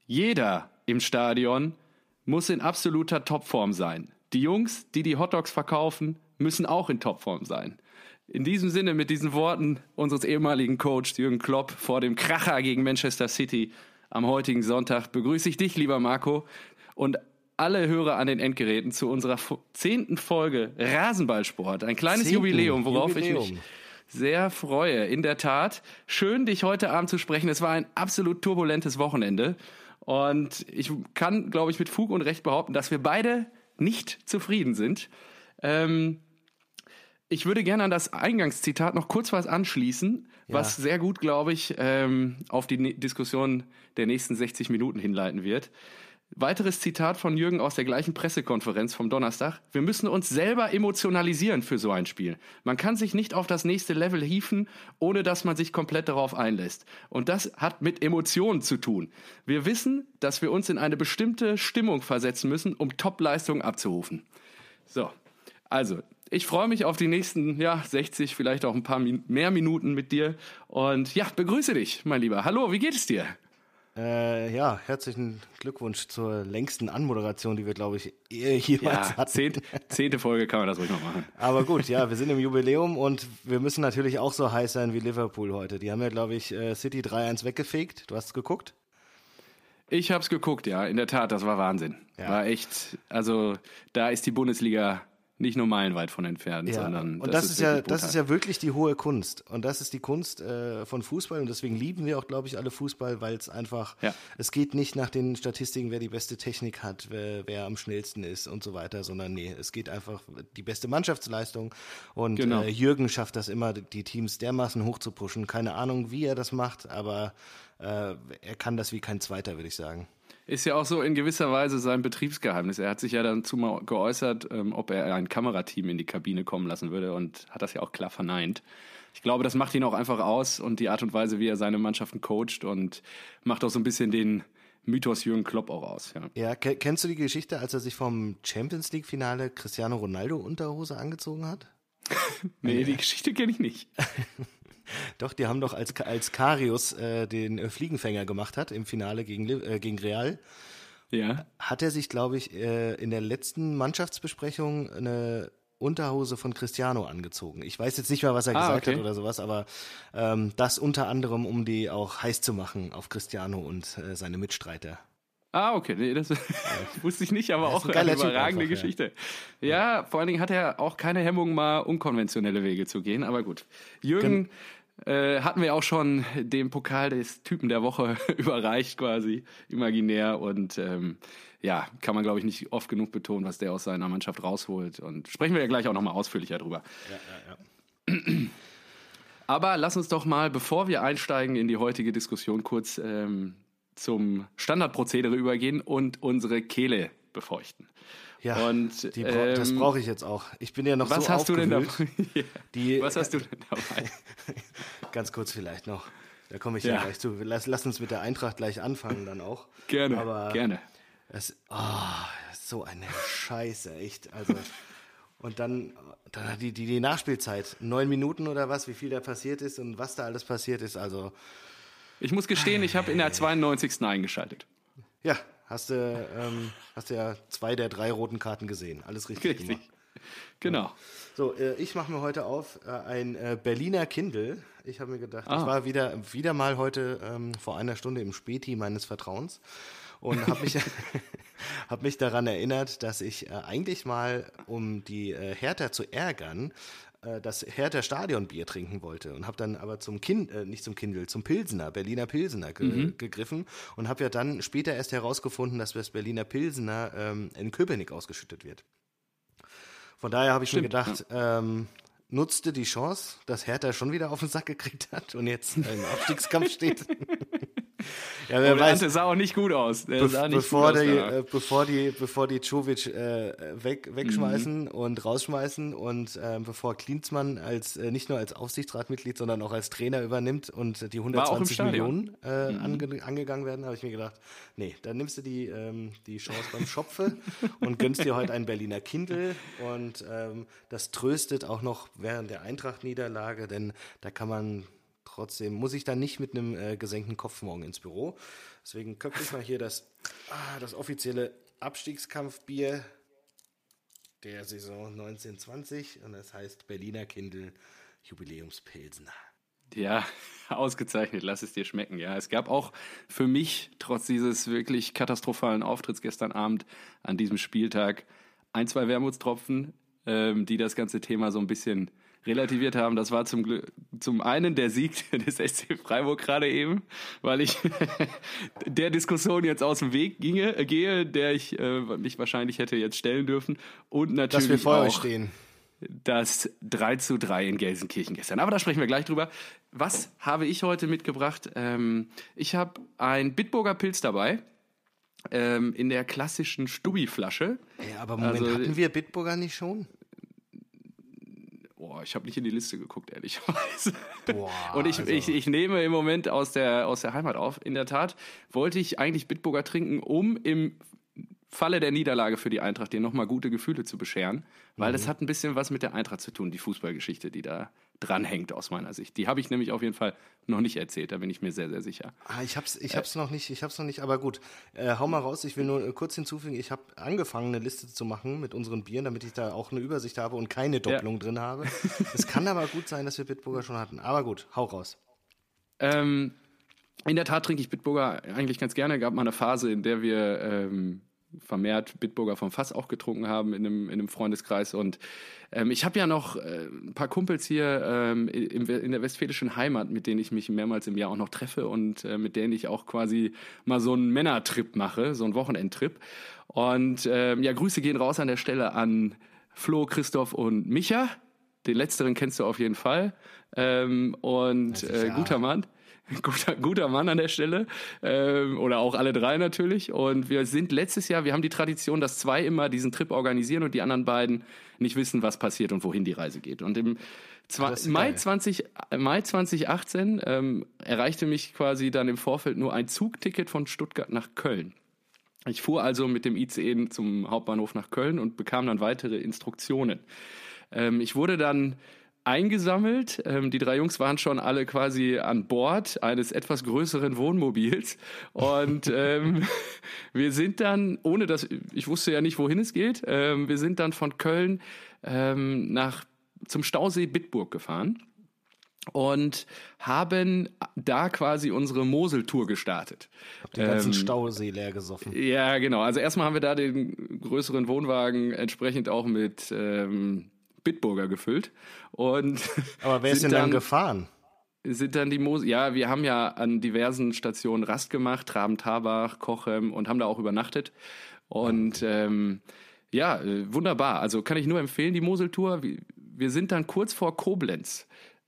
Jeder im Stadion muss in absoluter Topform sein. Die Jungs, die Hotdogs verkaufen, müssen auch in Topform sein. In diesem Sinne, mit diesen Worten unseres ehemaligen Coaches Jürgen Klopp vor dem Kracher gegen Manchester City am heutigen Sonntag begrüße ich dich, lieber Marco, und alle Hörer an den Endgeräten zu unserer 10. Folge Rasenballsport. Ein kleines Jubiläum, worauf ich mich sehr freue. In der Tat, schön, dich heute Abend zu sprechen. Es war ein absolut turbulentes Wochenende und ich kann, glaube ich, mit Fug und Recht behaupten, dass wir beide nicht zufrieden sind. Ich würde gerne an das Eingangszitat noch kurz was anschließen, was sehr gut, glaube ich, auf die Diskussion der nächsten 60 Minuten hinleiten wird. Weiteres Zitat von Jürgen aus der gleichen Pressekonferenz vom Donnerstag. Wir müssen uns selber emotionalisieren für so ein Spiel. Man kann sich nicht auf das nächste Level hieven, ohne dass man sich komplett darauf einlässt. Und das hat mit Emotionen zu tun. Wir wissen, dass wir uns in eine bestimmte Stimmung versetzen müssen, um Top-Leistungen abzurufen. So, also ich freue mich auf die nächsten 60, vielleicht auch ein paar mehr Minuten mit dir. Und begrüße dich, mein Lieber. Hallo, wie geht es dir? Herzlichen Glückwunsch zur längsten Anmoderation, die wir, glaube ich, jemals hatten. 10. Folge kann man das ruhig noch machen. Aber gut, wir sind im Jubiläum und wir müssen natürlich auch so heiß sein wie Liverpool heute. Die haben ja, glaube ich, City 3-1 weggefegt. Du hast es geguckt? Ich habe es geguckt, ja, in der Tat, das war Wahnsinn. Ja. War echt, also da ist die Bundesliga nicht nur meilenweit von entfernt, sondern und das ist ja wirklich die hohe Kunst. Und das ist die Kunst von Fußball. Und deswegen lieben wir auch, glaube ich, alle Fußball, weil es einfach, es geht nicht nach den Statistiken, wer die beste Technik hat, wer am schnellsten ist und so weiter, sondern es geht einfach die beste Mannschaftsleistung. Und Jürgen schafft das immer, die Teams dermaßen hoch zu pushen. Keine Ahnung, wie er das macht, aber er kann das wie kein Zweiter, würde ich sagen. Ist ja auch so in gewisser Weise sein Betriebsgeheimnis. Er hat sich ja dazu mal geäußert, ob er ein Kamerateam in die Kabine kommen lassen würde und hat das ja auch klar verneint. Ich glaube, das macht ihn auch einfach aus und die Art und Weise, wie er seine Mannschaften coacht und macht auch so ein bisschen den Mythos Jürgen Klopp auch aus. Ja, kennst du die Geschichte, als er sich vom Champions-League-Finale Cristiano Ronaldo Unterhose angezogen hat? Nee, die Geschichte kenne ich nicht. Doch, die haben doch als Karius den Fliegenfänger gemacht hat im Finale gegen Real, hat er sich, glaube ich, in der letzten Mannschaftsbesprechung eine Unterhose von Cristiano angezogen. Ich weiß jetzt nicht mehr, was er gesagt hat oder sowas, aber das unter anderem, um die auch heiß zu machen auf Cristiano und seine Mitstreiter. Okay, nee, das wusste ich nicht, aber auch eine überragende Geschichte. Ja, vor allen Dingen hat er auch keine Hemmung, mal unkonventionelle Wege zu gehen, aber gut. Jürgen hatten wir auch schon den Pokal des Typen der Woche überreicht quasi, imaginär und kann man, glaube ich, nicht oft genug betonen, was der aus seiner Mannschaft rausholt und sprechen wir ja gleich auch nochmal ausführlicher drüber. Ja. Aber lass uns doch mal, bevor wir einsteigen in die heutige Diskussion, kurz zum Standardprozedere übergehen und unsere Kehle befeuchten. Ja, und das brauche ich jetzt auch. Ich bin ja noch so aufgewühlt. Was hast du denn dabei? Ganz kurz vielleicht noch. Da komme ich ja gleich zu. Lass uns mit der Eintracht gleich anfangen dann auch. Gerne, aber gerne. Das ist so eine Scheiße, echt. Also und dann die Nachspielzeit. 9 Minuten oder was, wie viel da passiert ist und was da alles passiert ist. Also ich muss gestehen, ich habe in der 92. eingeschaltet. Ja, hast du ja 2 der 3 roten Karten gesehen. Alles richtig gemacht. Genau. So, ich mache mir heute auf ein Berliner Kindle. Ich habe mir gedacht, ich war wieder mal heute vor einer Stunde im Späti meines Vertrauens und habe mich daran erinnert, dass ich eigentlich mal, um die Hertha zu ärgern, das Hertha Stadionbier trinken wollte und habe dann aber zum Pilsener, Berliner Pilsener gegriffen und habe ja dann später erst herausgefunden, dass das Berliner Pilsener in Köpenick ausgeschüttet wird. Von daher habe ich mir gedacht, nutzte die Chance, dass Hertha schon wieder auf den Sack gekriegt hat und jetzt im Abstiegskampf steht. Ja, wer weiß, der sah auch nicht gut aus. Bevor die Čović wegschmeißen und rausschmeißen und bevor Klinsmann nicht nur als Aufsichtsratmitglied, sondern auch als Trainer übernimmt und die 120 Millionen angegangen werden, habe ich mir gedacht, nee, dann nimmst du die Chance beim Schopfe und gönnst dir heute einen Berliner Kindle und das tröstet auch noch während der Eintracht-Niederlage, denn da kann man Trotzdem muss ich dann nicht mit einem gesenkten Kopf morgen ins Büro. Deswegen köpfe ich mal hier das offizielle Abstiegskampfbier der Saison 1920 und das heißt Berliner Kindl Jubiläumspilsner. Ja, ausgezeichnet, lass es dir schmecken. Ja, es gab auch für mich, trotz dieses wirklich katastrophalen Auftritts gestern Abend an diesem Spieltag, 1, 2 Wermutstropfen, die das ganze Thema so ein bisschen relativiert haben. Das war zum einen der Sieg des SC Freiburg gerade eben, weil ich der Diskussion jetzt aus dem Weg gehe, der ich mich wahrscheinlich hätte jetzt stellen dürfen. Und natürlich dass wir vor euch auch stehen. Das 3:3 in Gelsenkirchen gestern. Aber da sprechen wir gleich drüber. Was habe ich heute mitgebracht? Ich habe ein Bitburger Pilz dabei. In der klassischen Stubbi-Flasche. Ja, aber Moment, hatten wir Bitburger nicht schon? Boah, ich habe nicht in die Liste geguckt, ehrlicherweise. Boah, und ich nehme im Moment aus der Heimat auf. In der Tat wollte ich eigentlich Bitburger trinken, um im Falle der Niederlage für die Eintracht dir nochmal gute Gefühle zu bescheren, weil das hat ein bisschen was mit der Eintracht zu tun, die Fußballgeschichte, die da dranhängt aus meiner Sicht. Die habe ich nämlich auf jeden Fall noch nicht erzählt, da bin ich mir sehr, sehr sicher. Ich hab's noch nicht, aber gut. Hau mal raus, ich will nur kurz hinzufügen, ich habe angefangen, eine Liste zu machen mit unseren Bieren, damit ich da auch eine Übersicht habe und keine Doppelung drin habe. Es kann aber gut sein, dass wir Bitburger schon hatten. Aber gut, hau raus. In der Tat trinke ich Bitburger eigentlich ganz gerne. Gab mal eine Phase, in der wir vermehrt Bitburger vom Fass auch getrunken haben in einem Freundeskreis. Und ich habe ja noch ein paar Kumpels hier in der westfälischen Heimat, mit denen ich mich mehrmals im Jahr auch noch treffe und mit denen ich auch quasi mal so einen Männertrip mache, so einen Wochenendtrip. Und Grüße gehen raus an der Stelle an Flo, Christoph und Micha. Den letzteren kennst du auf jeden Fall. Guter Mann. Guter Mann an der Stelle, oder auch alle drei natürlich. Und wir sind wir haben die Tradition, dass 2 immer diesen Trip organisieren und die anderen beiden nicht wissen, was passiert und wohin die Reise geht. Und im Mai 2018 erreichte mich quasi dann im Vorfeld nur ein Zugticket von Stuttgart nach Köln. Ich fuhr also mit dem ICE zum Hauptbahnhof nach Köln und bekam dann weitere Instruktionen. Ich wurde dann eingesammelt. Die 3 Jungs waren schon alle quasi an Bord eines etwas größeren Wohnmobils. Und wir sind dann, ich wusste ja nicht, wohin es geht, wir sind dann von Köln zum Stausee Bitburg gefahren und haben da quasi unsere Moseltour gestartet. Habt den ganzen Stausee leer gesoffen. Ja, genau. Also erstmal haben wir da den größeren Wohnwagen entsprechend auch mit Bitburger gefüllt. Aber wer ist denn dann gefahren? Sind dann wir haben ja an diversen Stationen Rast gemacht, Traben-Tarbach, Cochem und haben da auch übernachtet. Und wunderbar. Also kann ich nur empfehlen, die Moseltour. Wir sind dann kurz vor Koblenz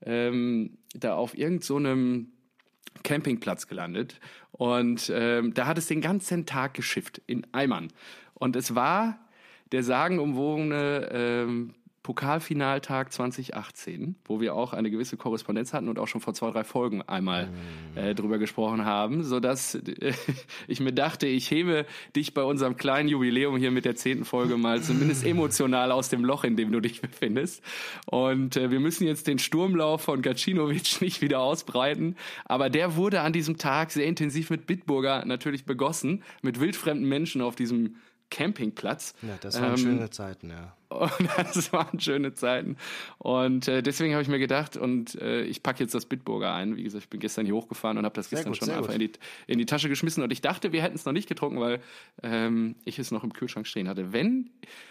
da auf irgendeinem Campingplatz gelandet. Und da hat es den ganzen Tag geschifft in Eimern. Und es war der sagenumwogene Pokalfinaltag 2018, wo wir auch eine gewisse Korrespondenz hatten und auch schon vor 2, 3 Folgen einmal drüber gesprochen haben, sodass ich mir dachte, ich hebe dich bei unserem kleinen Jubiläum hier mit der 10. Folge mal zumindest emotional aus dem Loch, in dem du dich befindest. Und wir müssen jetzt den Sturmlauf von Gacinovic nicht wieder ausbreiten, aber der wurde an diesem Tag sehr intensiv mit Bitburger natürlich begossen, mit wildfremden Menschen auf diesem Campingplatz. Ja, das waren schöne Zeiten, ja. Und das waren schöne Zeiten. Und deswegen habe ich mir gedacht, ich packe jetzt das Bitburger ein. Wie gesagt, ich bin gestern hier hochgefahren und habe das gestern schon einfach in die Tasche geschmissen. Und ich dachte, wir hätten es noch nicht getrunken, weil ich es noch im Kühlschrank stehen hatte. Wenn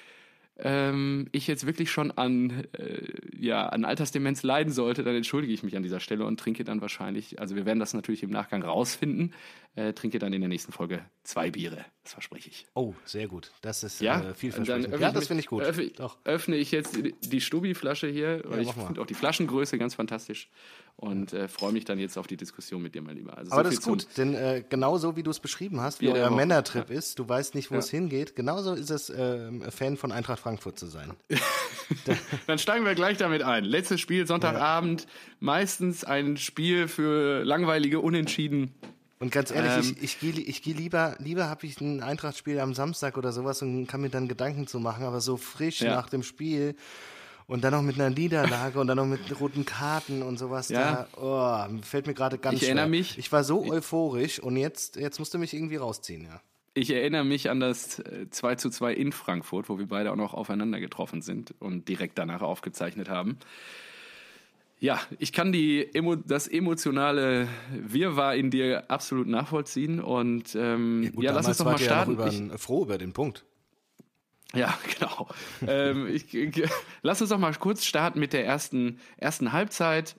ich jetzt wirklich schon an Altersdemenz leiden sollte, dann entschuldige ich mich an dieser Stelle und trinke dann wahrscheinlich, also wir werden das natürlich im Nachgang rausfinden, trinke dann in der nächsten Folge 2 Biere. Das verspreche ich. Oh, sehr gut. Das ist vielversprechend. Ja, das finde ich gut. Öffne ich jetzt die Stubbi-Flasche hier, weil ich finde auch die Flaschengröße ganz fantastisch und freue mich dann jetzt auf die Diskussion mit dir, mein Lieber. Also aber das ist gut, denn genauso wie du es beschrieben hast, wie euer Männertrip ist, du weißt nicht, wo es hingeht, genauso ist es, Fan von Eintracht Frankfurt zu sein. Dann steigen wir gleich damit ein. Letztes Spiel, Sonntagabend, meistens ein Spiel für langweilige Unentschieden. Und ganz ehrlich, ich gehe lieber habe ich ein Eintracht-Spiel am Samstag oder sowas und kann mir dann Gedanken zu machen, aber so frisch nach dem Spiel Und dann noch mit einer Niederlage und dann noch mit roten Karten und sowas. Ja. Fällt mir gerade ganz Ich erinnere schwer. mich. Ich war so euphorisch und jetzt musst du mich irgendwie rausziehen, ja. Ich erinnere mich an das 2:2 in Frankfurt, wo wir beide auch noch aufeinander getroffen sind und direkt danach aufgezeichnet haben. Ja, ich kann das emotionale Wirrwarr in dir absolut nachvollziehen und lass uns doch mal starten. Froh über den Punkt. Ja, genau. Lass uns doch mal kurz starten mit der ersten Halbzeit.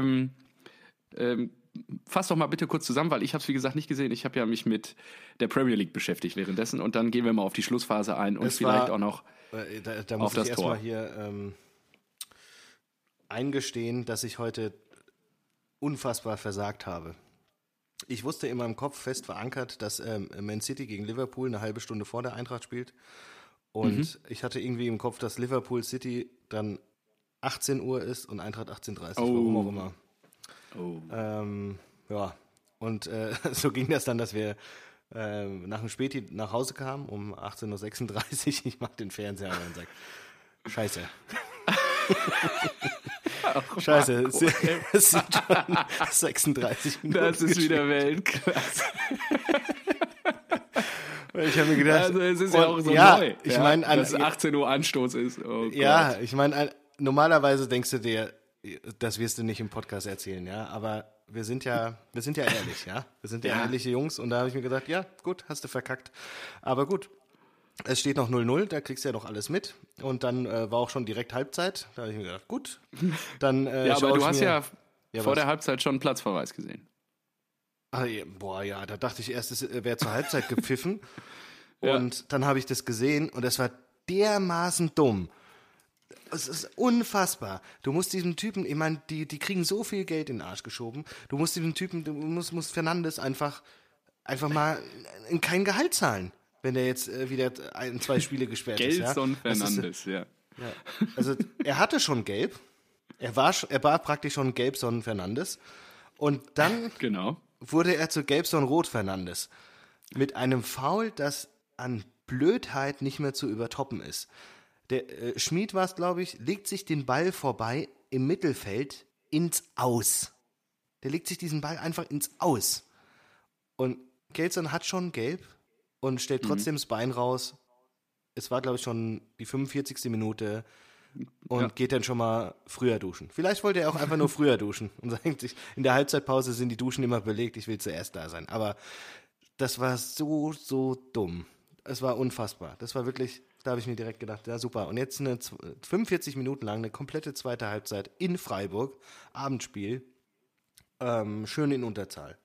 Fass doch mal bitte kurz zusammen, weil ich habe es, wie gesagt, nicht gesehen. Ich habe ja mich mit der Premier League beschäftigt währenddessen und dann gehen wir mal auf die Schlussphase ein und vielleicht auch noch da muss auf das ich Tor. Erstmal hier eingestehen, dass ich heute unfassbar versagt habe. Ich wusste in meinem Kopf fest verankert, dass Man City gegen Liverpool eine halbe Stunde vor der Eintracht spielt. Und ich hatte irgendwie im Kopf, dass Liverpool City dann 18 Uhr ist und Eintracht 18:30 Uhr, warum auch immer. Und so ging das dann, dass wir nach dem Späti nach Hause kamen um 18:36 Uhr. Ich mach den Fernseher an und sag, Scheiße. Scheiße, es sind schon 36 Minuten. Das ist wieder Weltklasse. Ich habe mir gedacht, also es ist ja auch so neu, ich mein, dass 18 Uhr Anstoß ist. Oh ja, Gott. ich meine, normalerweise denkst du dir, das wirst du nicht im Podcast erzählen, ja, aber wir sind ja ehrlich, ja, wir sind ja ehrliche Jungs und da habe ich mir gedacht, ja, gut, hast du verkackt, aber gut, es steht noch 0:0, da kriegst du ja noch alles mit und dann war auch schon direkt Halbzeit, da habe ich mir gedacht, gut, dann ja, aber du hast ja vor was? der Halbzeit schon einen Platzverweis gesehen. Da dachte ich erst, es wäre zur Halbzeit gepfiffen. Ja. Und dann habe ich das gesehen und es war dermaßen dumm. Es ist unfassbar. Du musst diesem Typen, ich meine, die kriegen so viel Geld in den Arsch geschoben. Du musst diesem Typen, du musst Fernandes einfach mal kein Gehalt zahlen, wenn der jetzt wieder 2 Spiele gesperrt ist. Gelson Fernandes, ja. Also er hatte schon gelb. Er war praktisch schon Gelbson Fernandes. Und dann Genau. wurde er zu Gelbson Rot Fernandes. Mit einem Foul, das an Blödheit nicht mehr zu übertoppen ist. Der Schmid war es, glaube ich, legt sich den Ball vorbei im Mittelfeld ins Aus. Der legt sich diesen Ball einfach ins Aus. Und Gelson hat schon gelb und stellt trotzdem das Bein raus. Es war, glaube ich, schon die 45. Minute und geht dann schon mal früher duschen. Vielleicht wollte er auch einfach nur früher duschen und sagt sich, in der Halbzeitpause sind die Duschen immer belegt, ich will zuerst da sein. Aber das war so dumm. Es war unfassbar. Das war wirklich, da habe ich mir direkt gedacht, ja super. Und jetzt 45 Minuten lang eine komplette zweite Halbzeit in Freiburg, Abendspiel, schön in Unterzahl.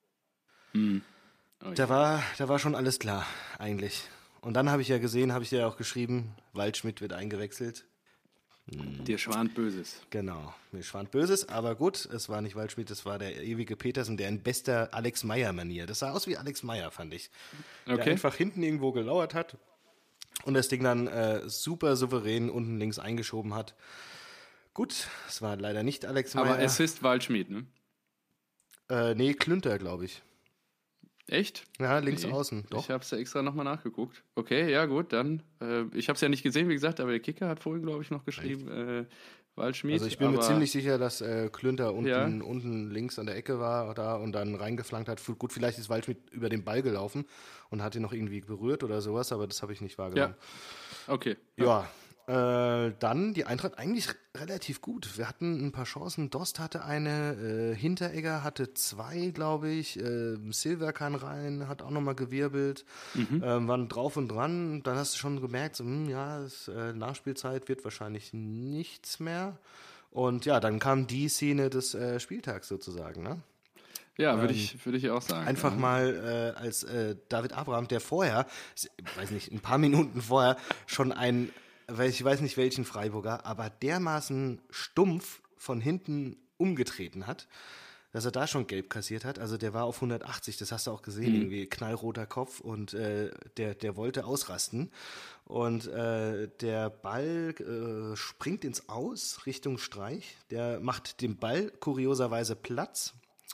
Oh, Da war schon alles klar, eigentlich. Und dann habe ich ja gesehen, habe ich dir ja auch geschrieben, Waldschmidt wird eingewechselt. Dir schwant Böses. Genau, mir schwant Böses, aber gut, es war nicht Waldschmidt, es war der ewige Petersen, der in bester Alex Meyer-Manier, das sah aus wie Alex Meyer, fand ich. Der einfach hinten irgendwo gelauert hat und das Ding dann super souverän unten links eingeschoben hat. Gut, es war leider nicht Alex Meyer. Aber Assist Waldschmidt, ne? Nee, Klünter, glaube ich. Echt? Ja, links außen, doch. Ich habe es ja extra nochmal nachgeguckt. Okay, ja gut, dann. Ich habe es ja nicht gesehen, wie gesagt, aber der Kicker hat vorhin, glaube ich, noch geschrieben, Waldschmidt. Also ich bin mir ziemlich sicher, dass Klünter unten links an der Ecke war da und dann reingeflankt hat. Gut, vielleicht ist Waldschmidt über den Ball gelaufen und hat ihn noch irgendwie berührt oder sowas, aber das habe ich nicht wahrgenommen. Ja, okay. Ja, dann die Eintracht eigentlich relativ gut. Wir hatten ein paar Chancen. Dost hatte eine, Hinteregger hatte 2, glaube ich. Silver kann rein, hat auch nochmal gewirbelt. Waren drauf und dran. Dann hast du schon gemerkt, so, Nachspielzeit wird wahrscheinlich nichts mehr. Und ja, dann kam die Szene des Spieltags sozusagen, ne? Ja, würde ich auch sagen. Einfach mal als David Abraham, der vorher, weiß nicht, ein paar Minuten vorher schon ich weiß nicht welchen Freiburger, aber dermaßen stumpf von hinten umgetreten hat, dass er da schon gelb kassiert hat. Also der war auf 180, das hast du auch gesehen, irgendwie knallroter Kopf und der wollte ausrasten. Und der Ball springt ins Aus Richtung Streich. Der macht dem Ball kurioserweise Platz.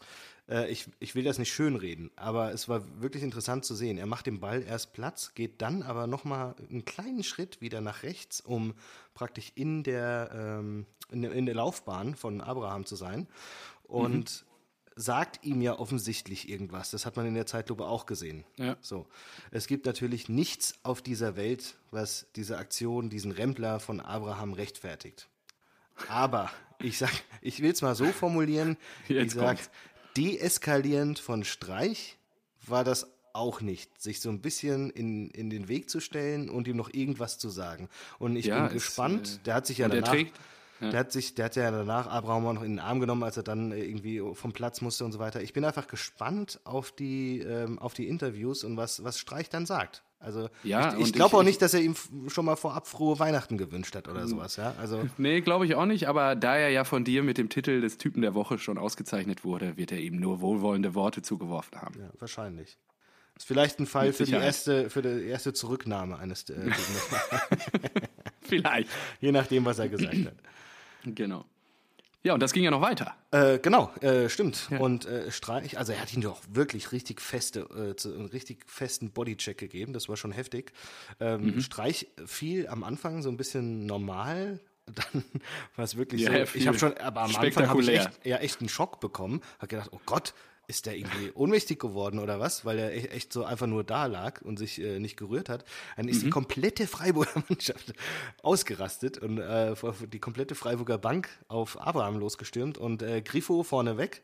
Ich will das nicht schönreden, aber es war wirklich interessant zu sehen. Er macht dem Ball erst Platz, geht dann aber nochmal einen kleinen Schritt wieder nach rechts, um praktisch in der Laufbahn von Abraham zu sein und sagt ihm ja offensichtlich irgendwas. Das hat man in der Zeitlupe auch gesehen. Ja. So. Es gibt natürlich nichts auf dieser Welt, was diese Aktion, diesen Rempler von Abraham rechtfertigt. Aber ich will es mal so formulieren, Jetzt ich sage, deeskalierend von Streich war das auch nicht, sich so ein bisschen in den Weg zu stellen und ihm noch irgendwas zu sagen. Und ich bin gespannt, der hat sich ja danach... Der hat ja danach Abraham auch noch in den Arm genommen, als er dann irgendwie vom Platz musste und so weiter. Ich bin einfach gespannt auf die Interviews und was Streich dann sagt. Also ich glaube auch nicht, dass er ihm schon mal vorab frohe Weihnachten gewünscht hat oder sowas. Ja? Also, nee, glaube ich auch nicht, aber da er ja von dir mit dem Titel des Typen der Woche schon ausgezeichnet wurde, wird er ihm nur wohlwollende Worte zugeworfen haben. Ja, wahrscheinlich. Das ist vielleicht ein Fall für die erste Zurücknahme eines Vielleicht. Je nachdem, was er gesagt hat. Genau. Ja, und das ging ja noch weiter. Genau, stimmt. Ja. Und Streich, also er hat ihm doch wirklich richtig einen richtig festen Bodycheck gegeben, das war schon heftig. Streich fiel am Anfang so ein bisschen normal, dann war es wirklich aber am Anfang habe ich echt einen Schock bekommen, habe gedacht, oh Gott, ist der irgendwie ohnmächtig geworden oder was? Weil er echt so einfach nur da lag und sich nicht gerührt hat. Dann ist die komplette Freiburger Mannschaft ausgerastet und die komplette Freiburger Bank auf Abraham losgestürmt und Grifo vorneweg.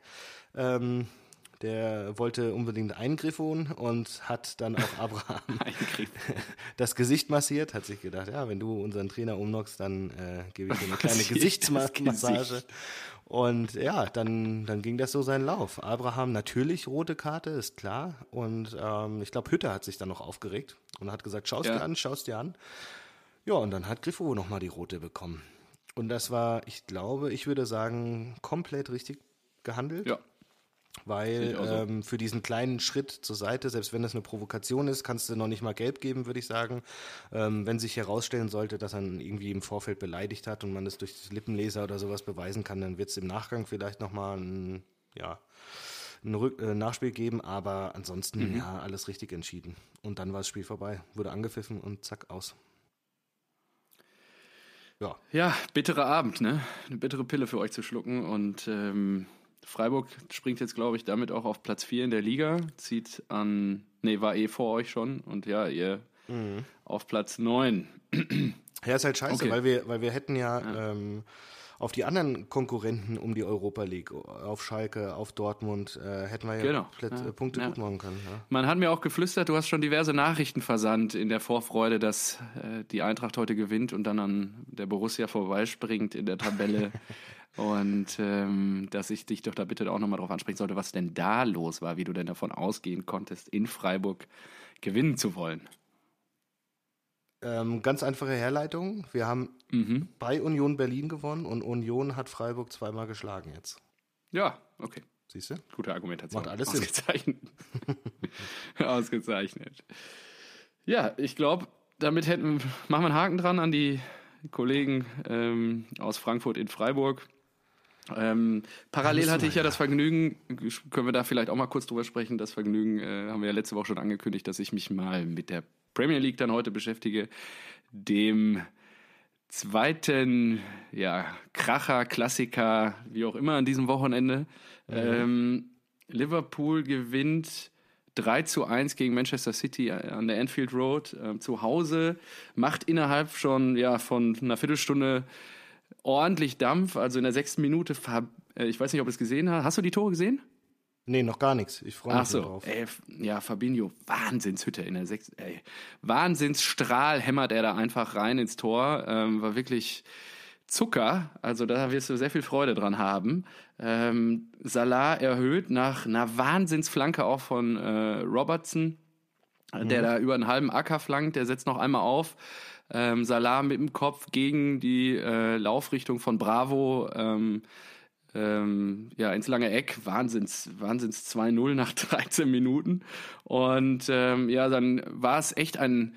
Der wollte unbedingt einen Griffon und hat dann auf Abraham das Gesicht massiert, hat sich gedacht, ja, wenn du unseren Trainer umknockst, dann gebe ich dir eine kleine Gesichtsmassage. Und ja, dann ging das so seinen Lauf. Abraham natürlich rote Karte, ist klar. Und ich glaube, Hütter hat sich dann noch aufgeregt und hat gesagt, schau's dir an. Ja, und dann hat Grifo nochmal die rote bekommen. Und das war, ich würde sagen, komplett richtig gehandelt. Ja. Weil für diesen kleinen Schritt zur Seite, selbst wenn das eine Provokation ist, kannst du noch nicht mal gelb geben, würde ich sagen. Wenn sich herausstellen sollte, dass er irgendwie im Vorfeld beleidigt hat und man das durch Lippenleser oder sowas beweisen kann, dann wird es im Nachgang vielleicht nochmal ein Nachspiel geben, aber ansonsten alles richtig entschieden. Und dann war das Spiel vorbei, wurde angepfiffen und zack, aus. Ja, bitterer Abend, ne? Eine bittere Pille für euch zu schlucken und Freiburg springt jetzt, glaube ich, damit auch auf Platz 4 in der Liga, war vor euch schon und ja, ihr auf Platz 9. Ja, ist halt scheiße, okay. weil wir hätten auf die anderen Konkurrenten um die Europa League, auf Schalke, auf Dortmund, hätten wir Punkte gut machen können. Ja. Man hat mir auch geflüstert, du hast schon diverse Nachrichten versandt in der Vorfreude, dass die Eintracht heute gewinnt und dann an der Borussia vorbeispringt in der Tabelle. Und dass ich dich doch da bitte auch nochmal drauf ansprechen sollte, was denn da los war, wie du denn davon ausgehen konntest, in Freiburg gewinnen zu wollen. Ganz einfache Herleitung. Wir haben bei Union Berlin gewonnen und Union hat Freiburg zweimal geschlagen jetzt. Ja, okay. Siehst du? Gute Argumentation. Macht alles Ausgezeichnet. Ausgezeichnet. Ja, ich glaube, damit machen wir einen Haken dran an die Kollegen aus Frankfurt in Freiburg. Parallel hatte ich ja das Vergnügen, können wir da vielleicht auch mal kurz drüber sprechen, das Vergnügen haben wir ja letzte Woche schon angekündigt, dass ich mich mal mit der Premier League dann heute beschäftige, dem zweiten Kracher, Klassiker, wie auch immer an diesem Wochenende. Liverpool gewinnt 3-1 gegen Manchester City an der Anfield Road zu Hause, macht innerhalb schon von einer Viertelstunde ordentlich Dampf, also in der 6. Minute, ich weiß nicht, ob du es gesehen hast. Hast du die Tore gesehen? Nee, noch gar nichts. Ich freue mich drauf. Fabinho, Wahnsinnshütte in der 6. Wahnsinnsstrahl hämmert er da einfach rein ins Tor. War wirklich Zucker. Also da wirst du sehr viel Freude dran haben. Salah erhöht nach einer Wahnsinnsflanke auch von Robertson, der da über einen halben Acker flankt. Der setzt noch einmal auf. Salah mit dem Kopf gegen die Laufrichtung von Bravo. Ins lange Eck, Wahnsinns 2-0 nach 13 Minuten. Und dann war es echt ein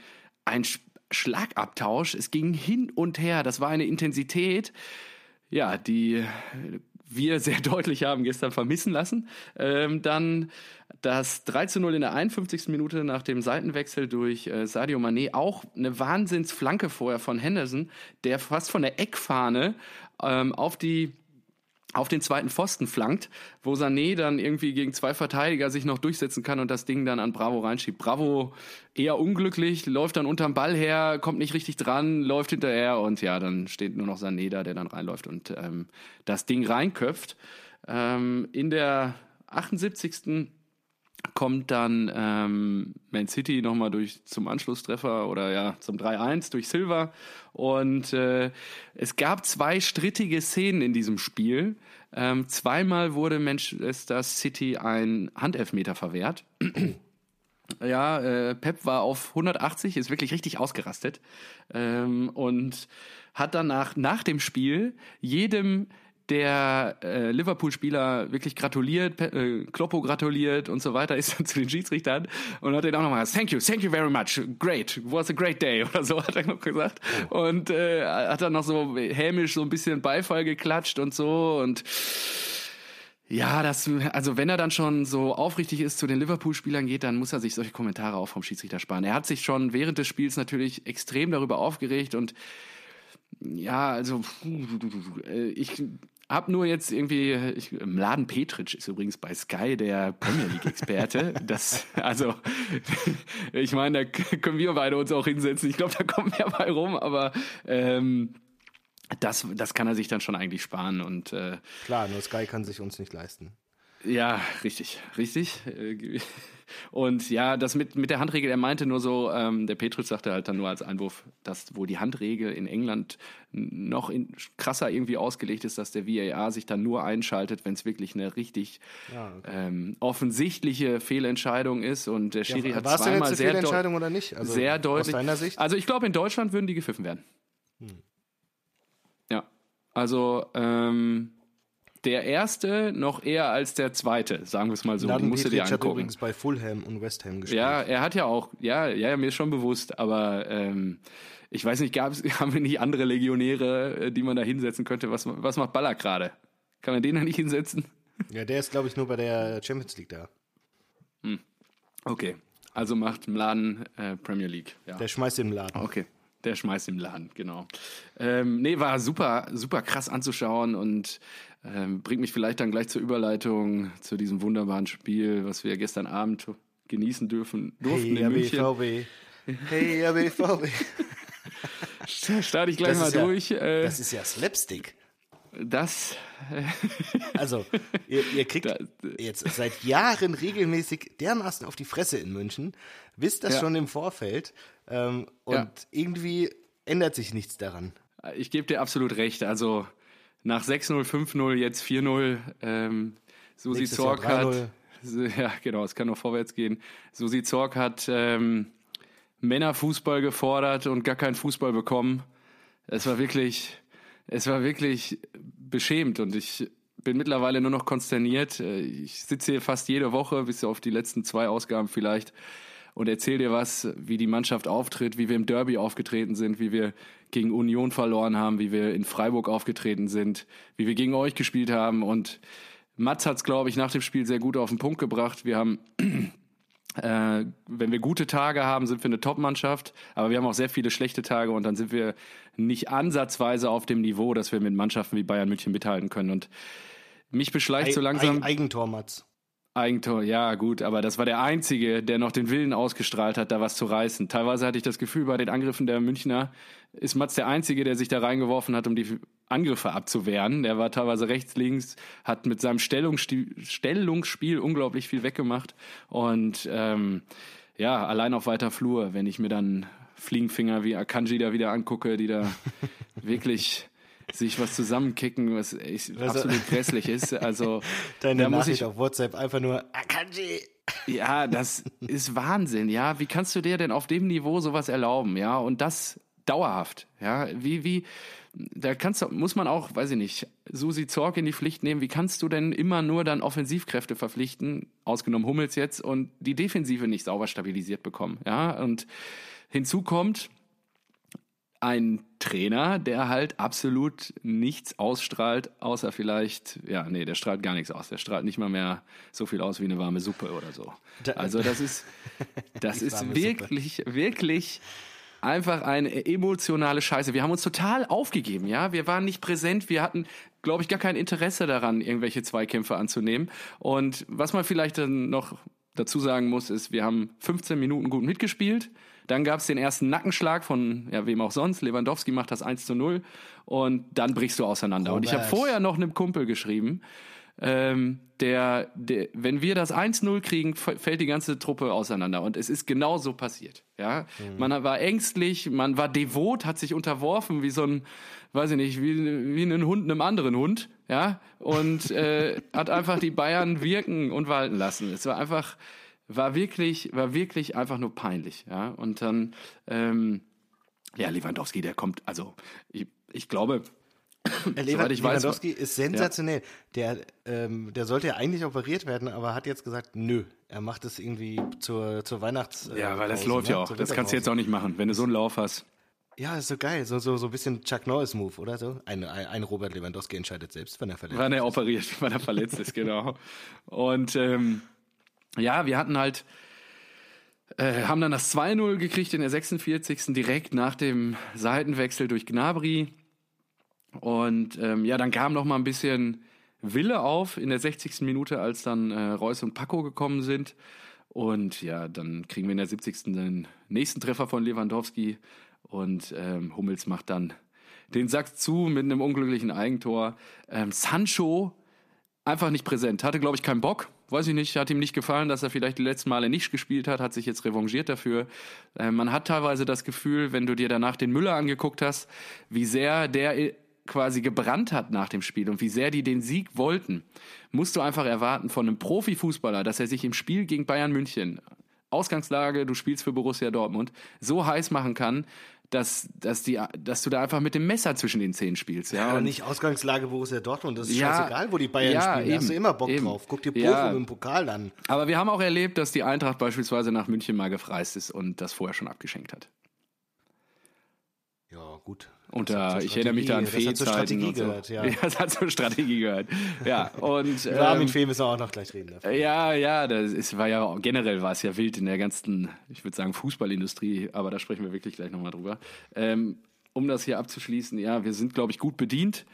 Schlagabtausch. Es ging hin und her. Das war eine Intensität, die wir sehr deutlich haben gestern vermissen lassen. Dann das 3:0 in der 51. Minute nach dem Seitenwechsel durch Sadio Mané. Auch eine Wahnsinnsflanke vorher von Henderson, der fast von der Eckfahne auf den zweiten Pfosten flankt, wo Sané dann irgendwie gegen 2 Verteidiger sich noch durchsetzen kann und das Ding dann an Bravo reinschiebt. Bravo eher unglücklich, läuft dann unterm Ball her, kommt nicht richtig dran, läuft hinterher und ja, dann steht nur noch Sané da, der dann reinläuft und das Ding reinköpft. In der 78. kommt dann Man City nochmal zum Anschlusstreffer oder ja zum 3:1 durch Silva. Und es gab 2 strittige Szenen in diesem Spiel. Zweimal wurde Manchester City ein Handelfmeter verwehrt. Ja, Pep war auf 180, ist wirklich richtig ausgerastet und hat danach nach dem Spiel jedem der Liverpool-Spieler wirklich gratuliert, Kloppo gratuliert und so weiter, ist dann zu den Schiedsrichtern und hat den auch nochmal gesagt, thank you very much, great, was a great day oder so, hat er noch gesagt. Und hat dann noch so hämisch so ein bisschen Beifall geklatscht und so und ja, also wenn er dann schon so aufrichtig ist zu den Liverpool-Spielern geht, dann muss er sich solche Kommentare auch vom Schiedsrichter sparen. Er hat sich schon während des Spiels natürlich extrem darüber aufgeregt und ja, also ich habe nur jetzt irgendwie, Mladen Petric ist übrigens bei Sky der Premier League-Experte. Also, ich meine, da können wir beide uns auch hinsetzen. Ich glaube, da kommt mehr bei rum, aber das kann er sich dann schon eigentlich sparen. Und klar, nur Sky kann sich uns nicht leisten. Ja, richtig. Und ja, das mit der Handregel, er meinte nur so, der Petric sagte halt dann nur als Einwurf, dass wohl die Handregel in England noch krasser irgendwie ausgelegt ist, dass der VAR sich dann nur einschaltet, wenn es wirklich eine richtig offensichtliche Fehlentscheidung ist. Und der Schiri hat zweimal jetzt eine Fehlentscheidung oder nicht? Also sehr deutlich. Aus deiner Sicht? Also ich glaube, in Deutschland würden die gepfiffen werden. Ja, also der erste noch eher als der zweite, sagen wir es mal so. Mladen musst du dir Petric hat angucken. übrigens bei Fulham und West Ham gespielt. Ja, er hat ja auch, ja, mir ist schon bewusst, aber ich weiß nicht, haben wir nicht andere Legionäre, die man da hinsetzen könnte? Was macht Ballack gerade? Kann man den da nicht hinsetzen? Ja, der ist, glaube ich, nur bei der Champions League da. Okay, also macht Mladen Premier League. Ja. Der schmeißt den Laden. Okay. Der schmeißt im Laden, genau. Nee, war super, super krass anzuschauen und bringt mich vielleicht dann gleich zur Überleitung zu diesem wunderbaren Spiel, was wir gestern Abend genießen durften in München. BVB. Hey, ja, BVB. Starte ich gleich mal durch. Das ist ja Slapstick. Also, ihr kriegt jetzt seit Jahren regelmäßig dermaßen auf die Fresse in München, wisst das schon im Vorfeld und irgendwie ändert sich nichts daran. Ich gebe dir absolut recht, also nach 6-0, 5-0, jetzt 4-0, Susi Zorc hat, ja genau, es kann noch vorwärts gehen, Susi Zorc hat Männerfußball gefordert und gar keinen Fußball bekommen. Es war wirklich beschämt und ich bin mittlerweile nur noch konsterniert. Ich sitze hier fast jede Woche, bis auf die letzten 2 Ausgaben vielleicht, und erzähle dir was, wie die Mannschaft auftritt, wie wir im Derby aufgetreten sind, wie wir gegen Union verloren haben, wie wir in Freiburg aufgetreten sind, wie wir gegen euch gespielt haben. Und Mats hat es, glaube ich, nach dem Spiel sehr gut auf den Punkt gebracht. Wir haben wenn wir gute Tage haben, sind wir eine Top-Mannschaft, aber wir haben auch sehr viele schlechte Tage und dann sind wir nicht ansatzweise auf dem Niveau, dass wir mit Mannschaften wie Bayern München mithalten können. Und mich beschleicht so langsam... Eigentor, Mats. Eigentor, ja gut, aber das war der Einzige, der noch den Willen ausgestrahlt hat, da was zu reißen. Teilweise hatte ich das Gefühl, bei den Angriffen der Münchner ist Mats der Einzige, der sich da reingeworfen hat, um die Angriffe abzuwehren. Der war teilweise rechts, links, hat mit seinem Stellungsspiel unglaublich viel weggemacht. Und allein auf weiter Flur, wenn ich mir dann Fliegenfinger wie Akanji da wieder angucke, die da wirklich... sich was zusammenkicken, was absolut grässlich ist. Also, deine Nachricht auf WhatsApp einfach nur Akanji. Ja, das ist Wahnsinn, ja. Wie kannst du dir denn auf dem Niveau sowas erlauben, ja? Und das dauerhaft, ja. Muss man auch, weiß ich nicht, Susi Zorc in die Pflicht nehmen. Wie kannst du denn immer nur dann Offensivkräfte verpflichten, ausgenommen Hummels jetzt, und die Defensive nicht sauber stabilisiert bekommen, ja? Und hinzu kommt, ein Trainer, der halt absolut nichts ausstrahlt, außer vielleicht, der strahlt gar nichts aus. Der strahlt nicht mal mehr so viel aus wie eine warme Suppe oder so. Also das ist wirklich einfach eine emotionale Scheiße. Wir haben uns total aufgegeben, ja. Wir waren nicht präsent, wir hatten, glaube ich, gar kein Interesse daran, irgendwelche Zweikämpfe anzunehmen. Und was man vielleicht dann noch dazu sagen muss, ist, wir haben 15 Minuten gut mitgespielt. Dann gab es den ersten Nackenschlag von, wem auch sonst. Lewandowski macht das 1:0 und dann brichst du auseinander. Robert. Und ich habe vorher noch einem Kumpel geschrieben, wenn wir das 1:0 kriegen, fällt die ganze Truppe auseinander. Und es ist genau so passiert. Ja? Man war ängstlich, man war devot, hat sich unterworfen wie so ein, weiß ich nicht, wie ein Hund einem anderen Hund. Ja? Und hat einfach die Bayern wirken und walten lassen. Es war wirklich einfach nur peinlich. Ja? Und dann, Lewandowski, der kommt, also ich glaube... Lewandowski ist sensationell. Ja. Der sollte ja eigentlich operiert werden, aber hat jetzt gesagt, nö, er macht es irgendwie zur Weihnachts... weil das läuft ja auch. Das kannst du jetzt auch nicht machen, wenn du so einen Lauf hast. Ja, ist so geil. So ein bisschen Chuck Norris-Move, oder so? Ein Robert Lewandowski entscheidet selbst, wenn er verletzt ist. Wann er operiert, wann er verletzt ist, genau. Und wir hatten halt... haben dann das 2:0 gekriegt in der 46. direkt nach dem Seitenwechsel durch Gnabry. Und dann kam noch mal ein bisschen Wille auf in der 60. Minute, als dann Reus und Paco gekommen sind. Und dann kriegen wir in der 70. den nächsten Treffer von Lewandowski. Und Hummels macht dann den Sack zu mit einem unglücklichen Eigentor. Sancho einfach nicht präsent. Hatte, glaube ich, keinen Bock. Weiß ich nicht, hat ihm nicht gefallen, dass er vielleicht die letzten Male nicht gespielt hat sich jetzt revanchiert dafür. Man hat teilweise das Gefühl, wenn du dir danach den Müller angeguckt hast, wie sehr der quasi gebrannt hat nach dem Spiel und wie sehr die den Sieg wollten, musst du einfach erwarten von einem Profifußballer, dass er sich im Spiel gegen Bayern München, Ausgangslage, du spielst für Borussia Dortmund, so heiß machen kann, dass du da einfach mit dem Messer zwischen den Zähnen spielst. Ja, aber nicht Ausgangslage Borussia Dortmund, das ist scheißegal, wo die Bayern spielen, da hast du immer Bock drauf. Guck dir Bochum im Pokal an. Aber wir haben auch erlebt, dass die Eintracht beispielsweise nach München mal gefreist ist und das vorher schon abgeschenkt hat. Ja, gut. Ich erinnere mich da an Fehlzeiten und so. Das hat zur Strategie gehört. Ja, und über Armin Fee müssen wir auch noch gleich reden. War es ja wild in der ganzen, ich würde sagen, Fußballindustrie, aber da sprechen wir wirklich gleich nochmal drüber. Um das hier abzuschließen, wir sind, glaube ich, gut bedient.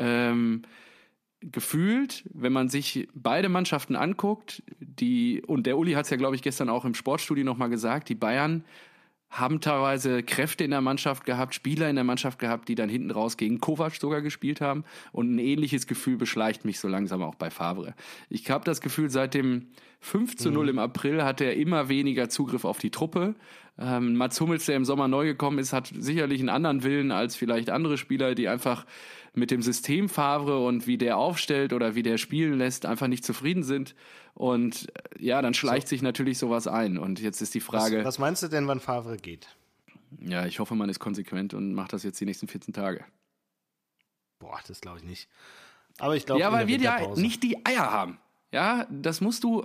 Gefühlt, wenn man sich beide Mannschaften anguckt, und der Uli hat es ja, glaube ich, gestern auch im Sportstudio nochmal gesagt, die Bayern haben teilweise Kräfte in der Mannschaft gehabt, Spieler in der Mannschaft gehabt, die dann hinten raus gegen Kovac sogar gespielt haben. Und ein ähnliches Gefühl beschleicht mich so langsam auch bei Favre. Ich habe das Gefühl, seit dem 5:0 im April hat er immer weniger Zugriff auf die Truppe. Mats Hummels, der im Sommer neu gekommen ist, hat sicherlich einen anderen Willen als vielleicht andere Spieler, die einfach mit dem System Favre und wie der aufstellt oder wie der spielen lässt, einfach nicht zufrieden sind. Und dann schleicht sich natürlich sowas ein. Und jetzt ist die Frage... Was meinst du denn, wann Favre geht? Ja, ich hoffe, man ist konsequent und macht das jetzt die nächsten 14 Tage. Boah, das glaube ich nicht. Aber ich glaube, weil wir ja nicht die Eier haben. Ja, das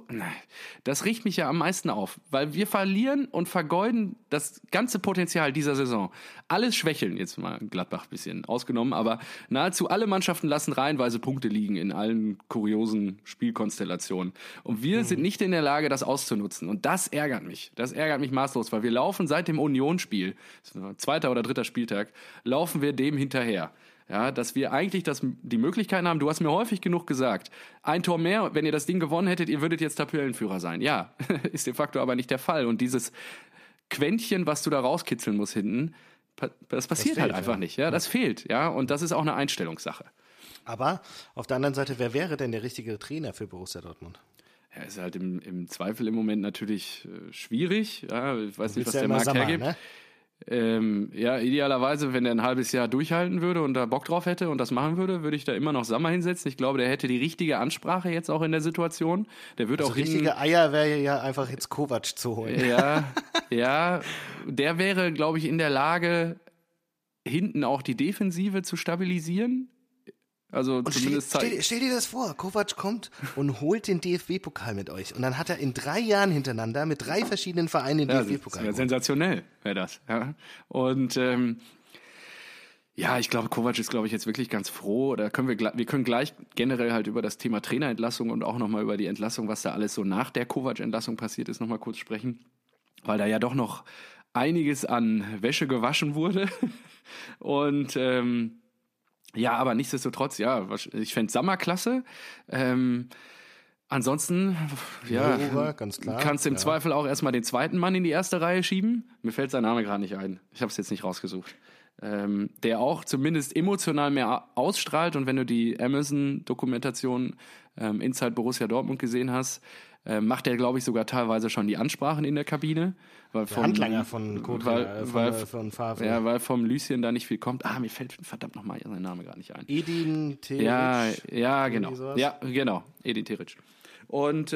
riecht mich ja am meisten auf, weil wir verlieren und vergeuden das ganze Potenzial dieser Saison. Alles schwächeln, jetzt mal Gladbach ein bisschen ausgenommen, aber nahezu alle Mannschaften lassen reihenweise Punkte liegen in allen kuriosen Spielkonstellationen. Und wir sind nicht in der Lage, das auszunutzen. Und das ärgert mich. Das ärgert mich maßlos, weil wir laufen seit dem Union-Spiel, 2. oder 3. Spieltag, laufen wir dem hinterher. Ja, dass wir eigentlich die Möglichkeiten haben, du hast mir häufig genug gesagt, ein Tor mehr, wenn ihr das Ding gewonnen hättet, ihr würdet jetzt Tabellenführer sein. Ja, ist de facto aber nicht der Fall. Und dieses Quäntchen, was du da rauskitzeln musst hinten, das passiert halt einfach nicht. Ja, das fehlt. Ja, und das ist auch eine Einstellungssache. Aber auf der anderen Seite, wer wäre denn der richtige Trainer für Borussia Dortmund? Ja, ist halt im Zweifel im Moment natürlich schwierig. Ja, ich weiß nicht, was der Markt hergibt. Ne? Idealerweise, wenn er ein halbes Jahr durchhalten würde und da Bock drauf hätte und das machen würde, würde ich da immer noch Sammer hinsetzen. Ich glaube, der hätte die richtige Ansprache jetzt auch in der Situation. Der wird auch richtige Eier wäre ja einfach jetzt Kovac zu holen. Ja, der wäre, glaube ich, in der Lage, hinten auch die Defensive zu stabilisieren. Also und stell dir das vor, Kovac kommt und holt den DFB-Pokal mit euch. Und dann hat er in 3 Jahren hintereinander mit 3 verschiedenen Vereinen den DFB-Pokal. Das wäre sensationell, wäre das. Ja. Und Ja, ich glaube, Kovac ist, glaube ich, jetzt wirklich ganz froh. Wir können gleich generell halt über das Thema Trainerentlassung und auch nochmal über die Entlassung, was da alles so nach der Kovac-Entlassung passiert ist, nochmal kurz sprechen. Weil da ja doch noch einiges an Wäsche gewaschen wurde. Und ja, aber nichtsdestotrotz, ja, ich fände Sammer klasse. Ansonsten, ja, ganz klar. Kannst im Zweifel auch erstmal den zweiten Mann in die erste Reihe schieben. Mir fällt sein Name gerade nicht ein. Ich habe es jetzt nicht rausgesucht. Der auch zumindest emotional mehr ausstrahlt. Und wenn du die Amazon-Dokumentation Inside Borussia Dortmund gesehen hast, macht er, glaube ich, sogar teilweise schon die Ansprachen in der Kabine. Weil der Handlanger von Favre. Ja, weil vom Lucien da nicht viel kommt. Mir fällt verdammt nochmal sein Name gar nicht ein. Edin Terzic. Ja, genau. Ja, genau. Edin Terzic. Und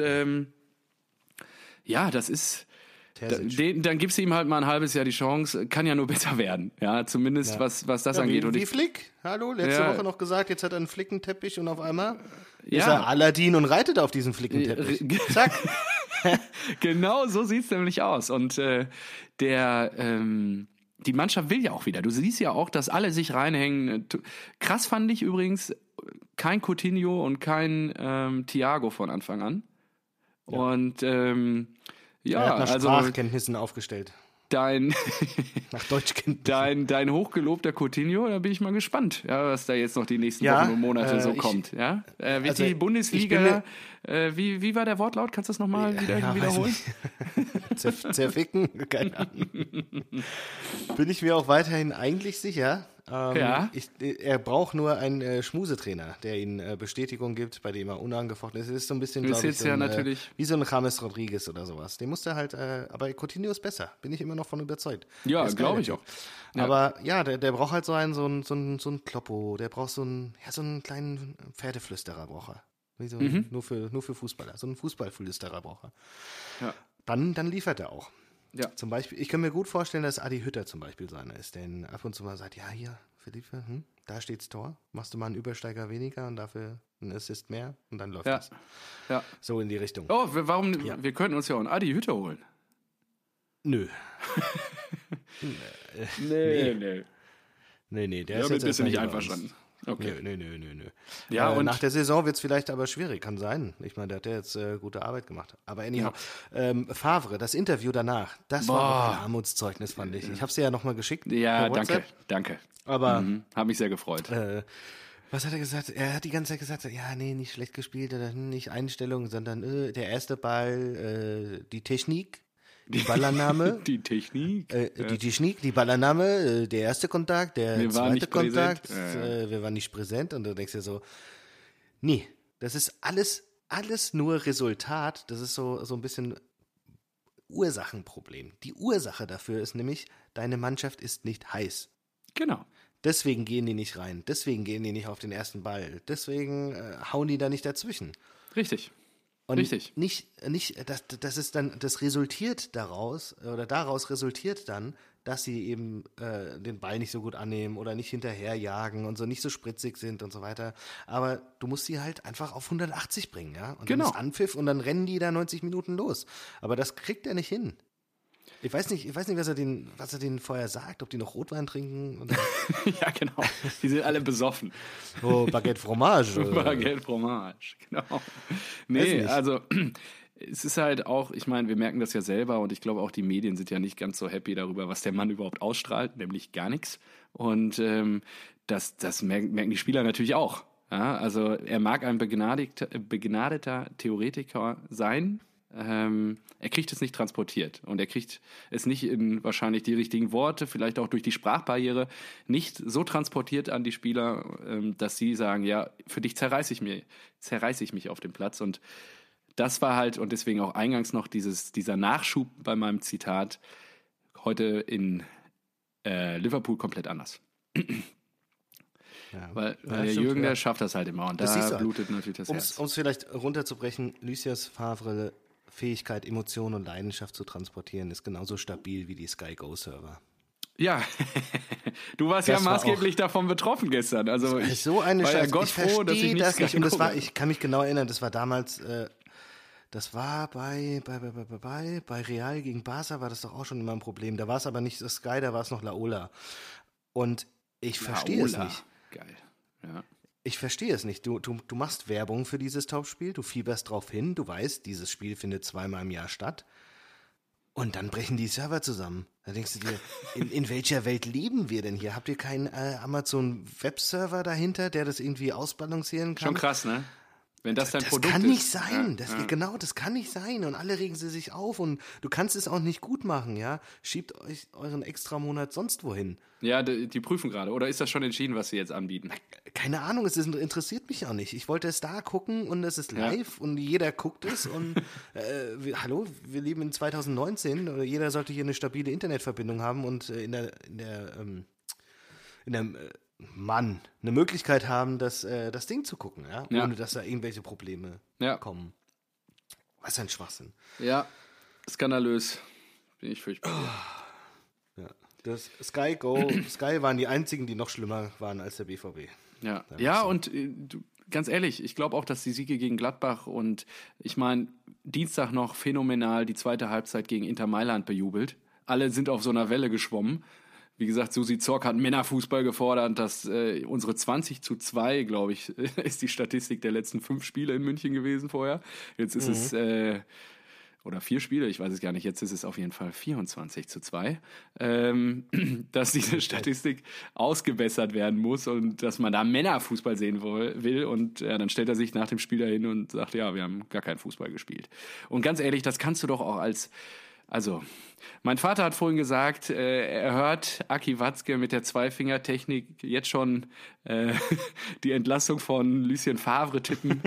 ja, das ist... Dann gibst du ihm halt mal ein halbes Jahr die Chance, kann ja nur besser werden, ja, zumindest was das angeht. Wie Flick, hallo, letzte Woche noch gesagt, jetzt hat er einen Flickenteppich und auf einmal ist er Aladdin und reitet auf diesen Flickenteppich. Zack. Genau so sieht's nämlich aus und die Mannschaft will ja auch wieder, du siehst ja auch, dass alle sich reinhängen. Krass fand ich übrigens, kein Coutinho und kein Thiago von Anfang an und ja, er hat nach Sprachkenntnissen aufgestellt. Nach Deutschkenntnissen. Dein hochgelobter Coutinho, da bin ich mal gespannt, was da jetzt noch die nächsten Wochen und Monate kommt. Ja? Wird die Bundesliga, wie war der Wortlaut? Kannst du das nochmal wiederholen? Zerficken? Keine Ahnung. Bin ich mir auch weiterhin eigentlich sicher. Er braucht nur einen Schmusetrainer, der ihm Bestätigung gibt, bei dem er unangefochten ist. Es ist so ein bisschen, glaube ich, wie so ein James Rodriguez oder sowas. Den musste halt, aber Coutinho ist besser, bin ich immer noch von überzeugt. Ja, glaube ich auch. Ja. Aber ja, der braucht halt so einen Kloppo, der braucht so einen kleinen Pferdeflüsterer braucht er. Nur für Fußballer, so einen Fußballflüsterer braucht er. Ja. Dann liefert er auch. Ja. Zum Beispiel, ich kann mir gut vorstellen, dass Adi Hütter zum Beispiel seiner ist, der ab und zu mal sagt, ja, hier, Philippe, da steht's Tor, machst du mal einen Übersteiger weniger und dafür einen Assist mehr und dann läuft das. Ja. So in die Richtung. Oh, wir könnten uns ja auch einen Adi Hütter holen. Nö. Nee, der ist jetzt bist du nicht einverstanden. Okay. Nö. Ja, und nach der Saison wird es vielleicht aber schwierig, kann sein. Ich meine, der hat ja jetzt gute Arbeit gemacht. Aber anyhow, Favre, das Interview danach, das war ein Armutszeugnis, fand ich. Ich habe es dir ja nochmal geschickt. Ja, danke. Aber hat mich sehr gefreut. Was hat er gesagt? Er hat die ganze Zeit gesagt, ja, nee, nicht schlecht gespielt, oder nicht Einstellung, sondern der erste Ball, die Technik. Die Ballannahme. Die Technik. Die Technik, die Ballannahme, der erste Kontakt, der zweite Kontakt. Wir waren nicht präsent. Und du denkst dir so, nee, das ist alles nur Resultat. Das ist so ein bisschen Ursachenproblem. Die Ursache dafür ist nämlich, deine Mannschaft ist nicht heiß. Genau. Deswegen gehen die nicht rein. Deswegen gehen die nicht auf den ersten Ball. Deswegen hauen die da nicht dazwischen. Richtig. Und nicht, das ist dann, das resultiert daraus resultiert dann, dass sie eben den Ball nicht so gut annehmen oder nicht hinterherjagen und so nicht so spritzig sind und so weiter. Aber du musst sie halt einfach auf 180 bringen, ja? Und dann ist Anpfiff und dann rennen die da 90 Minuten los. Aber das kriegt er nicht hin. Ich weiß nicht, was er denen vorher sagt, ob die noch Rotwein trinken. Oder ja, genau. Die sind alle besoffen. Oh, Baguette Fromage. Baguette Fromage, genau. Nee, also es ist halt auch, ich meine, wir merken das ja selber und ich glaube auch die Medien sind ja nicht ganz so happy darüber, was der Mann überhaupt ausstrahlt, nämlich gar nichts. Und das merken die Spieler natürlich auch. Ja, also er mag ein begnadeter Theoretiker sein. Er kriegt es nicht transportiert und er kriegt es nicht in wahrscheinlich die richtigen Worte, vielleicht auch durch die Sprachbarriere, nicht so transportiert an die Spieler, dass sie sagen, ja, für dich zerreiße ich mich auf dem Platz. Und das war halt, und deswegen auch eingangs noch dieser Nachschub bei meinem Zitat, heute in Liverpool komplett anders. Ja, weil der Jürgen, der schafft das halt immer und da blutet natürlich das Herz. Um es vielleicht runterzubrechen, Lucius Favre Fähigkeit, Emotion und Leidenschaft zu transportieren, ist genauso stabil wie die Sky Go Server. Ja, du warst ja maßgeblich davon betroffen gestern. Also ich so eine war Scheiße. Ja Gott froh, dass ich das nicht. Und das war, ich kann mich genau erinnern, das war damals, das war bei Real gegen Barca war das doch auch schon immer ein Problem. Da war es aber nicht Sky, da war es noch Laola. Und Ich verstehe es nicht. Geil, ja. Ich verstehe es nicht. Du machst Werbung für dieses Topspiel, du fieberst drauf hin, du weißt, dieses Spiel findet 2-mal im Jahr statt. Und dann brechen die Server zusammen. Da denkst du dir, in welcher Welt leben wir denn hier? Habt ihr keinen Amazon-Webserver dahinter, der das irgendwie ausbalancieren kann? Schon krass, ne? Wenn das dein Produkt ist. Das kann nicht sein. Genau, das kann nicht sein. Und alle regen sie sich auf und du kannst es auch nicht gut machen, ja? Schiebt euch euren Extramonat sonst wohin. Ja, die prüfen gerade. Oder ist das schon entschieden, was sie jetzt anbieten? Keine Ahnung, interessiert mich auch nicht. Ich wollte es da gucken und es ist live und jeder guckt es und hallo, wir leben in 2019 oder jeder sollte hier eine stabile Internetverbindung haben und eine Möglichkeit haben, das Ding zu gucken, ja? Ohne dass da irgendwelche Probleme kommen. Was ein Schwachsinn. Ja, skandalös. Bin ich furchtbar. Ja. Das Sky waren die einzigen, die noch schlimmer waren als der BVB. Ja, und ganz ehrlich, ich glaube auch, dass die Siege gegen Gladbach und ich meine, Dienstag noch phänomenal die zweite Halbzeit gegen Inter Mailand bejubelt. Alle sind auf so einer Welle geschwommen. Wie gesagt, Susi Zorc hat Männerfußball gefordert, dass unsere 20:2, glaube ich, ist die Statistik der letzten 5 Spiele in München gewesen vorher. Jetzt ist es, oder 4 Spiele, ich weiß es gar nicht, jetzt ist es auf jeden Fall 24:2, dass diese Statistik ausgebessert werden muss und dass man da Männerfußball sehen will. Und dann stellt er sich nach dem Spiel dahin und sagt, ja, wir haben gar keinen Fußball gespielt. Und ganz ehrlich, das kannst du doch auch also, mein Vater hat vorhin gesagt, er hört Aki Watzke mit der Zweifingertechnik jetzt schon die Entlassung von Lucien Favre tippen.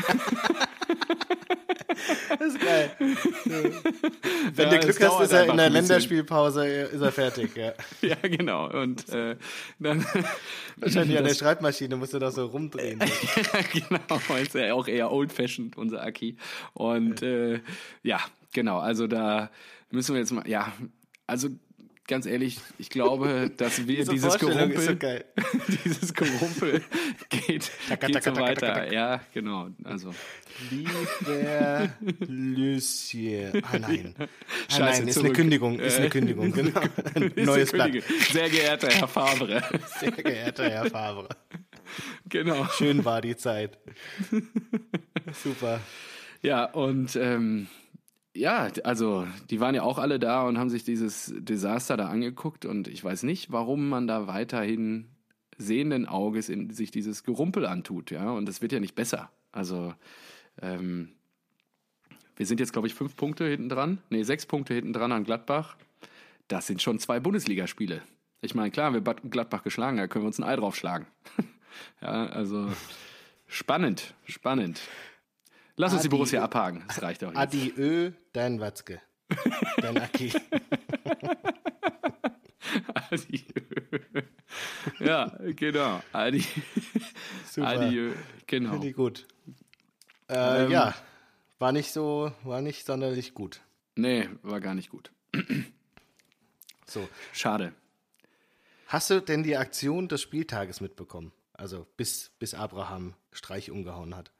Das ist geil. Wenn du Glück hast, ist er in der Länderspielpause ist er fertig. Ja, ja genau. Und dann wahrscheinlich an der Schreibmaschine musst du das so rumdrehen. Ja, genau. Ist ja auch eher old-fashioned, unser Aki. Und genau. Also da müssen wir jetzt mal, also ganz ehrlich, ich glaube, dass wir dieses Gerumpel geht so weiter. Ja, genau. Also. Lieber Lucien. Nein. Scheiße, nein, ist eine Kündigung. Genau. Neues Blatt. Sehr geehrter Herr Favre. Sehr geehrter Herr Favre. Genau. Schön war die Zeit. Super. Ja, und also die waren ja auch alle da und haben sich dieses Desaster da angeguckt und ich weiß nicht, warum man da weiterhin sehenden Auges sich dieses Gerumpel antut, ja, und das wird ja nicht besser. Also wir sind jetzt, glaube ich, 6 Punkte hinten dran an Gladbach. Das sind schon 2 Bundesligaspiele. Ich meine, klar, wir haben Gladbach geschlagen, da können wir uns ein Ei drauf schlagen. Ja, also spannend. Lass uns die Borussia abhaken, das reicht auch jetzt. Adieu, dein Watzke. Dein Aki. Adieu. Ja, genau. Super. Adieu, genau. Finde ich gut. Ja, war nicht sonderlich gut. Nee, war gar nicht gut. So. Schade. Hast du denn die Aktion des Spieltages mitbekommen? Also bis Abraham Streich umgehauen hat.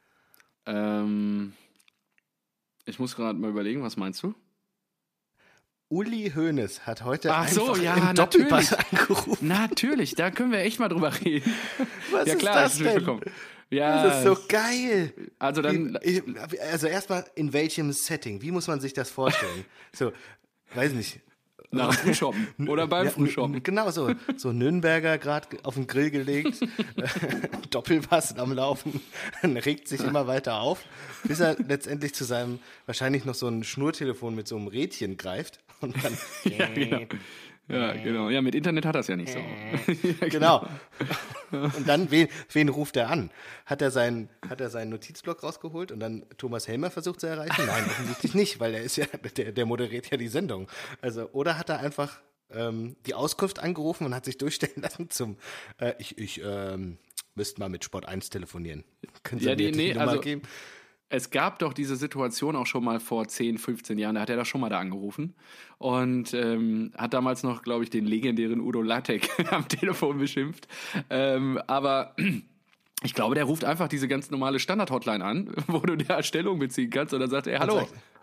Ich muss gerade mal überlegen, was meinst du? Uli Hoeneß hat heute im Doppelpass angerufen. Natürlich, da können wir echt mal drüber reden. Was ist das denn? Ja, das ist so geil. Also dann, also erstmal, in welchem Setting? Wie muss man sich das vorstellen? So, weiß nicht. Nach dem Frühschoppen oder beim Frühschoppen. Genau so. So Nürnberger gerade auf den Grill gelegt, Doppelpass am Laufen, dann regt sich immer weiter auf, bis er letztendlich zu seinem, wahrscheinlich noch so ein Schnurtelefon mit so einem Rädchen greift. Und dann Ja, genau. Ja, mit Internet hat er es ja nicht so. Ja, genau. Und dann, wen ruft er an? Hat er seinen Notizblock rausgeholt und dann Thomas Helmer versucht zu erreichen? Nein, offensichtlich nicht, weil er ist ja, der moderiert ja die Sendung. Also, oder hat er einfach die Auskunft angerufen und hat sich durchstellen lassen zum ich müsste mal mit Sport 1 telefonieren. Können Sie mir die Nummer geben? Es gab doch diese Situation auch schon mal vor 10, 15 Jahren, da hat er doch schon mal da angerufen und hat damals noch, glaube ich, den legendären Udo Lattek am Telefon beschimpft. Aber ich glaube, der ruft einfach diese ganz normale Standard-Hotline an, wo du da Stellung beziehen kannst und dann sagt er, hallo,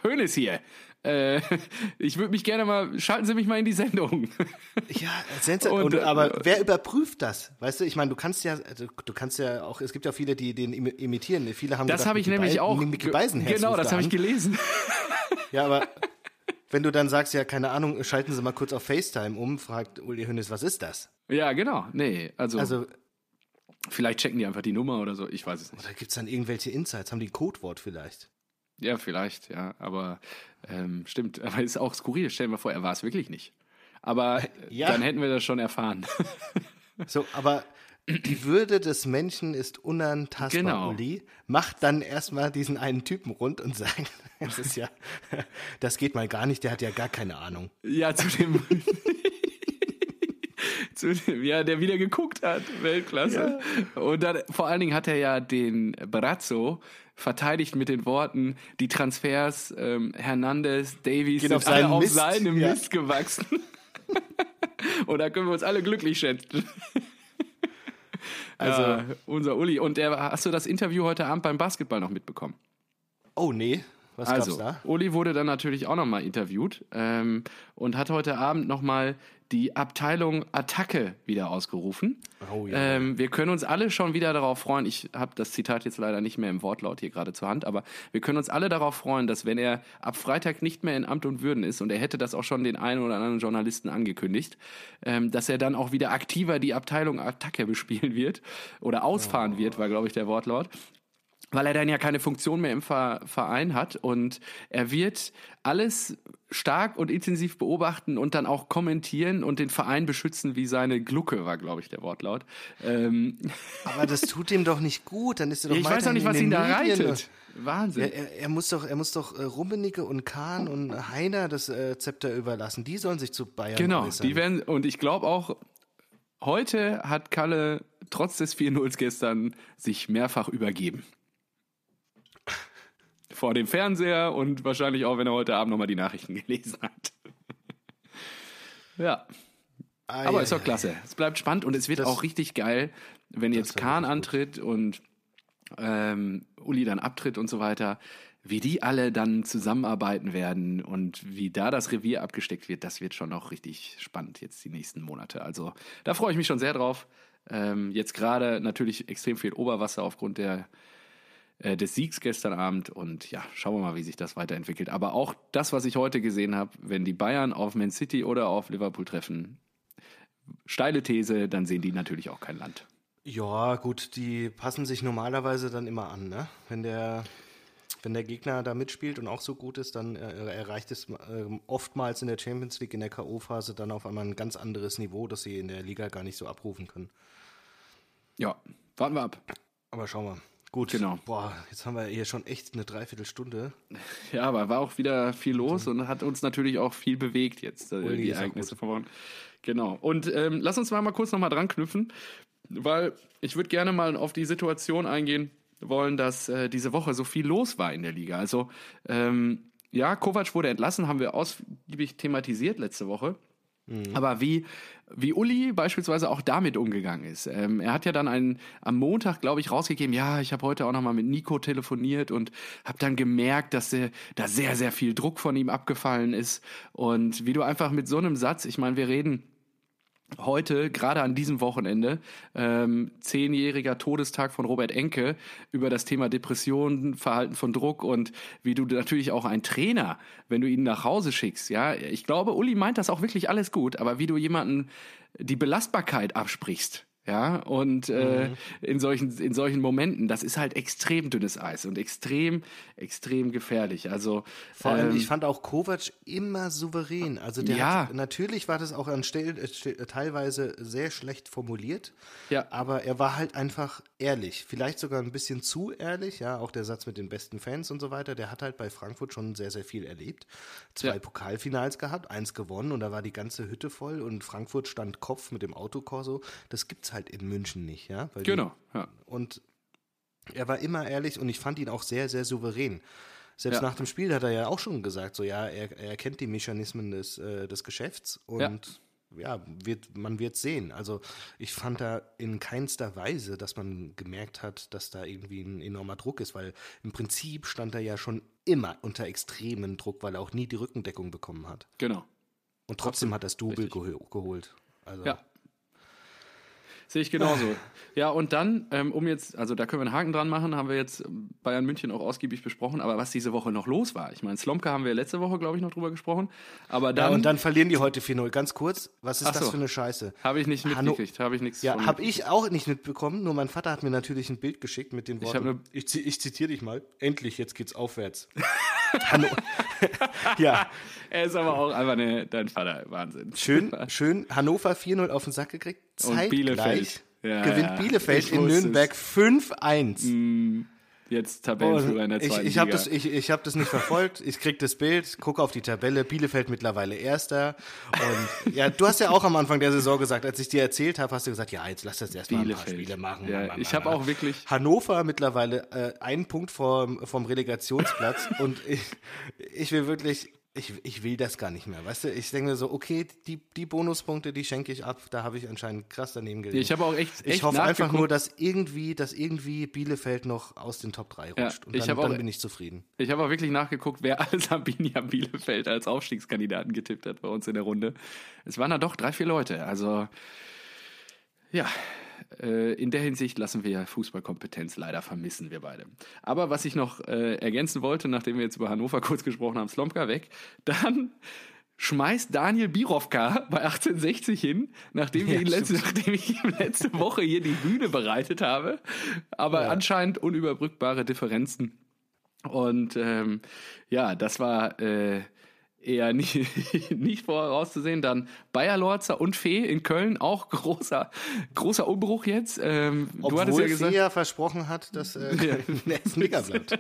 Hoeneß hier. Ich würde mich gerne mal, schalten Sie mich mal in die Sendung. Ja, aber wer überprüft das? Weißt du, ich meine, du kannst ja auch, es gibt ja viele, die den imitieren. Viele haben das habe ich nämlich auch. Micky Beisenherz genau, das habe ich gelesen. Ja, aber wenn du dann sagst, ja, keine Ahnung, schalten Sie mal kurz auf FaceTime um, fragt Uli Hoeneß, was ist das? Ja, genau. Nee, also vielleicht checken die einfach die Nummer oder so, ich weiß es nicht. Oder gibt es dann irgendwelche Insights? Haben die ein Codewort vielleicht? Ja, vielleicht, ja, aber stimmt, aber ist auch skurril, stellen wir vor, er war es wirklich nicht. Aber dann hätten wir das schon erfahren. So, aber die Würde des Menschen ist unantastbar, Uli. Macht dann erstmal diesen einen Typen rund und sagt, das geht mal gar nicht, der hat ja gar keine Ahnung. Ja, zu dem der wieder geguckt hat, Weltklasse. Ja. Und dann vor allen Dingen hat er ja den Brazzo verteidigt mit den Worten, die Transfers Hernandez, Davies sind alle auf seinem Mist gewachsen. Und da können wir uns alle glücklich schätzen. Also unser Uli. Und hast du das Interview heute Abend beim Basketball noch mitbekommen? Oh nee. Was gab's da? Uli wurde dann natürlich auch nochmal interviewt und hat heute Abend nochmal die Abteilung Attacke wieder ausgerufen. Oh, ja. Wir können uns alle schon wieder darauf freuen, ich habe das Zitat jetzt leider nicht mehr im Wortlaut hier gerade zur Hand, aber wir können uns alle darauf freuen, dass wenn er ab Freitag nicht mehr in Amt und Würden ist, und er hätte das auch schon den einen oder anderen Journalisten angekündigt, dass er dann auch wieder aktiver die Abteilung Attacke bespielen wird oder ausfahren wird, war glaube ich der Wortlaut. Weil er dann ja keine Funktion mehr im Verein hat und er wird alles stark und intensiv beobachten und dann auch kommentieren und den Verein beschützen wie seine Glucke, war, glaube ich, der Wortlaut. Aber das tut ihm doch nicht gut, dann ist er doch ich weiß auch nicht, was ihn da reitet. Wahnsinn. Er muss doch Rummenigge und Kahn und Heiner das Zepter überlassen. Die sollen sich zu Bayern äußern. Die werden, und ich glaube auch, heute hat Kalle trotz des 4-0 gestern sich mehrfach übergeben. Vor dem Fernseher und wahrscheinlich auch, wenn er heute Abend nochmal die Nachrichten gelesen hat. Ja. Aber ist doch klasse. Es bleibt spannend und es wird auch richtig geil, wenn jetzt Kahn antritt und Uli dann abtritt und so weiter, wie die alle dann zusammenarbeiten werden und wie da das Revier abgesteckt wird, das wird schon auch richtig spannend jetzt die nächsten Monate. Also da freue ich mich schon sehr drauf. Jetzt gerade natürlich extrem viel Oberwasser aufgrund des Siegs gestern Abend und ja, schauen wir mal, wie sich das weiterentwickelt. Aber auch das, was ich heute gesehen habe, wenn die Bayern auf Man City oder auf Liverpool treffen, steile These, dann sehen die natürlich auch kein Land. Ja, gut, die passen sich normalerweise dann immer an, ne? Wenn der Gegner da mitspielt und auch so gut ist, dann erreicht es oftmals in der Champions League in der K.O.-Phase dann auf einmal ein ganz anderes Niveau, das sie in der Liga gar nicht so abrufen können. Ja, warten wir ab. Aber schauen wir. Gut, genau. Boah, jetzt haben wir hier schon echt eine Dreiviertelstunde. Ja, aber war auch wieder viel los und hat uns natürlich auch viel bewegt jetzt, die Ereignisse von morgen. Genau. Und lass uns mal kurz nochmal dran knüpfen, weil ich würde gerne mal auf die Situation eingehen wollen, dass diese Woche so viel los war in der Liga. Also, Kovac wurde entlassen, haben wir ausgiebig thematisiert letzte Woche. Aber wie Uli beispielsweise auch damit umgegangen ist. Er hat ja dann am Montag, glaube ich, rausgegeben, ja, ich habe heute auch nochmal mit Nico telefoniert und habe dann gemerkt, dass da sehr, sehr viel Druck von ihm abgefallen ist. Und wie du einfach mit so einem Satz, ich meine, wir reden heute, gerade an diesem Wochenende, 10-jähriger Todestag von Robert Enke, über das Thema Depressionen, Verhalten von Druck und wie du natürlich auch einen Trainer, wenn du ihn nach Hause schickst, ja, ich glaube, Uli meint das auch wirklich alles gut, aber wie du jemanden die Belastbarkeit absprichst, ja, und in solchen Momenten, das ist halt extrem dünnes Eis und extrem, extrem gefährlich. Also vor allem, ich fand auch Kovac immer souverän. Also natürlich war das auch an Stellen teilweise sehr schlecht formuliert, aber er war halt einfach ehrlich. Vielleicht sogar ein bisschen zu ehrlich, ja, auch der Satz mit den besten Fans und so weiter, der hat halt bei Frankfurt schon sehr, sehr viel erlebt. 2 Pokalfinals gehabt, 1 gewonnen und da war die ganze Hütte voll und Frankfurt stand Kopf mit dem Autokorso. Das gibt's halt in München nicht, ja. Und er war immer ehrlich und ich fand ihn auch sehr, sehr souverän. Selbst nach dem Spiel hat er ja auch schon gesagt, so er kennt die Mechanismen des Geschäfts und man wird sehen. Also ich fand da in keinster Weise, dass man gemerkt hat, dass da irgendwie ein enormer Druck ist, weil im Prinzip stand er ja schon immer unter extremen Druck, weil er auch nie die Rückendeckung bekommen hat. Genau. Und trotzdem hat er das Double geholt. Also. Ja. Sehe ich genauso. Ja, und dann, also da können wir einen Haken dran machen, haben wir jetzt Bayern München auch ausgiebig besprochen, aber was diese Woche noch los war. Ich meine, Slomka haben wir letzte Woche, glaube ich, noch drüber gesprochen. Aber dann, ja, und dann verlieren die heute 4-0. Ganz kurz, was ist das für eine Scheiße? Habe ich nicht mitgekriegt, habe ich nichts von. Ja, habe ich auch nicht mitbekommen, nur mein Vater hat mir natürlich ein Bild geschickt mit den Worten, ich zitiere dich mal, endlich, jetzt geht's aufwärts. Ja. Er ist aber auch einfach dein Vater, Wahnsinn. Schön Hannover 4-0 auf den Sack gekriegt. Zeitgleich gewinnt Bielefeld ich in Nürnberg 5-1. Jetzt Tabellenführer in der zweiten Liga. Ich hab das nicht verfolgt. Ich krieg das Bild, gucke auf die Tabelle. Bielefeld mittlerweile Erster. Und ja, du hast ja auch am Anfang der Saison gesagt, als ich dir erzählt habe, hast du gesagt, ja, jetzt lass das erstmal ein paar Spiele machen. Ja, ich habe auch wirklich... Hannover mittlerweile einen Punkt vom Relegationsplatz. Und ich will wirklich... Ich will das gar nicht mehr, weißt du? Ich denke mir so, okay, die Bonuspunkte, die schenke ich ab, da habe ich anscheinend krass daneben gelegen. Ich habe auch echt Ich hoffe einfach nur, dass irgendwie Bielefeld noch aus den Top 3 rutscht. Und dann bin ich zufrieden. Ich habe auch wirklich nachgeguckt, wer alles Arminia Bielefeld als Aufstiegskandidaten getippt hat bei uns in der Runde. Es waren da doch 3-4 Leute, also ja... In der Hinsicht lassen wir Fußballkompetenz leider vermissen, wir beide. Aber was ich noch ergänzen wollte, nachdem wir jetzt über Hannover kurz gesprochen haben, Slomka weg, dann schmeißt Daniel Birovka bei 1860 hin, nachdem ich ihm letzte Woche hier die Bühne bereitet habe, aber anscheinend unüberbrückbare Differenzen. Und das war... eher nicht vorauszusehen. Dann Bayer Lorzer und Fee in Köln, auch großer Umbruch jetzt. Du hattest ja gesagt, Fee ja versprochen hat, dass Netz Mega bleibt.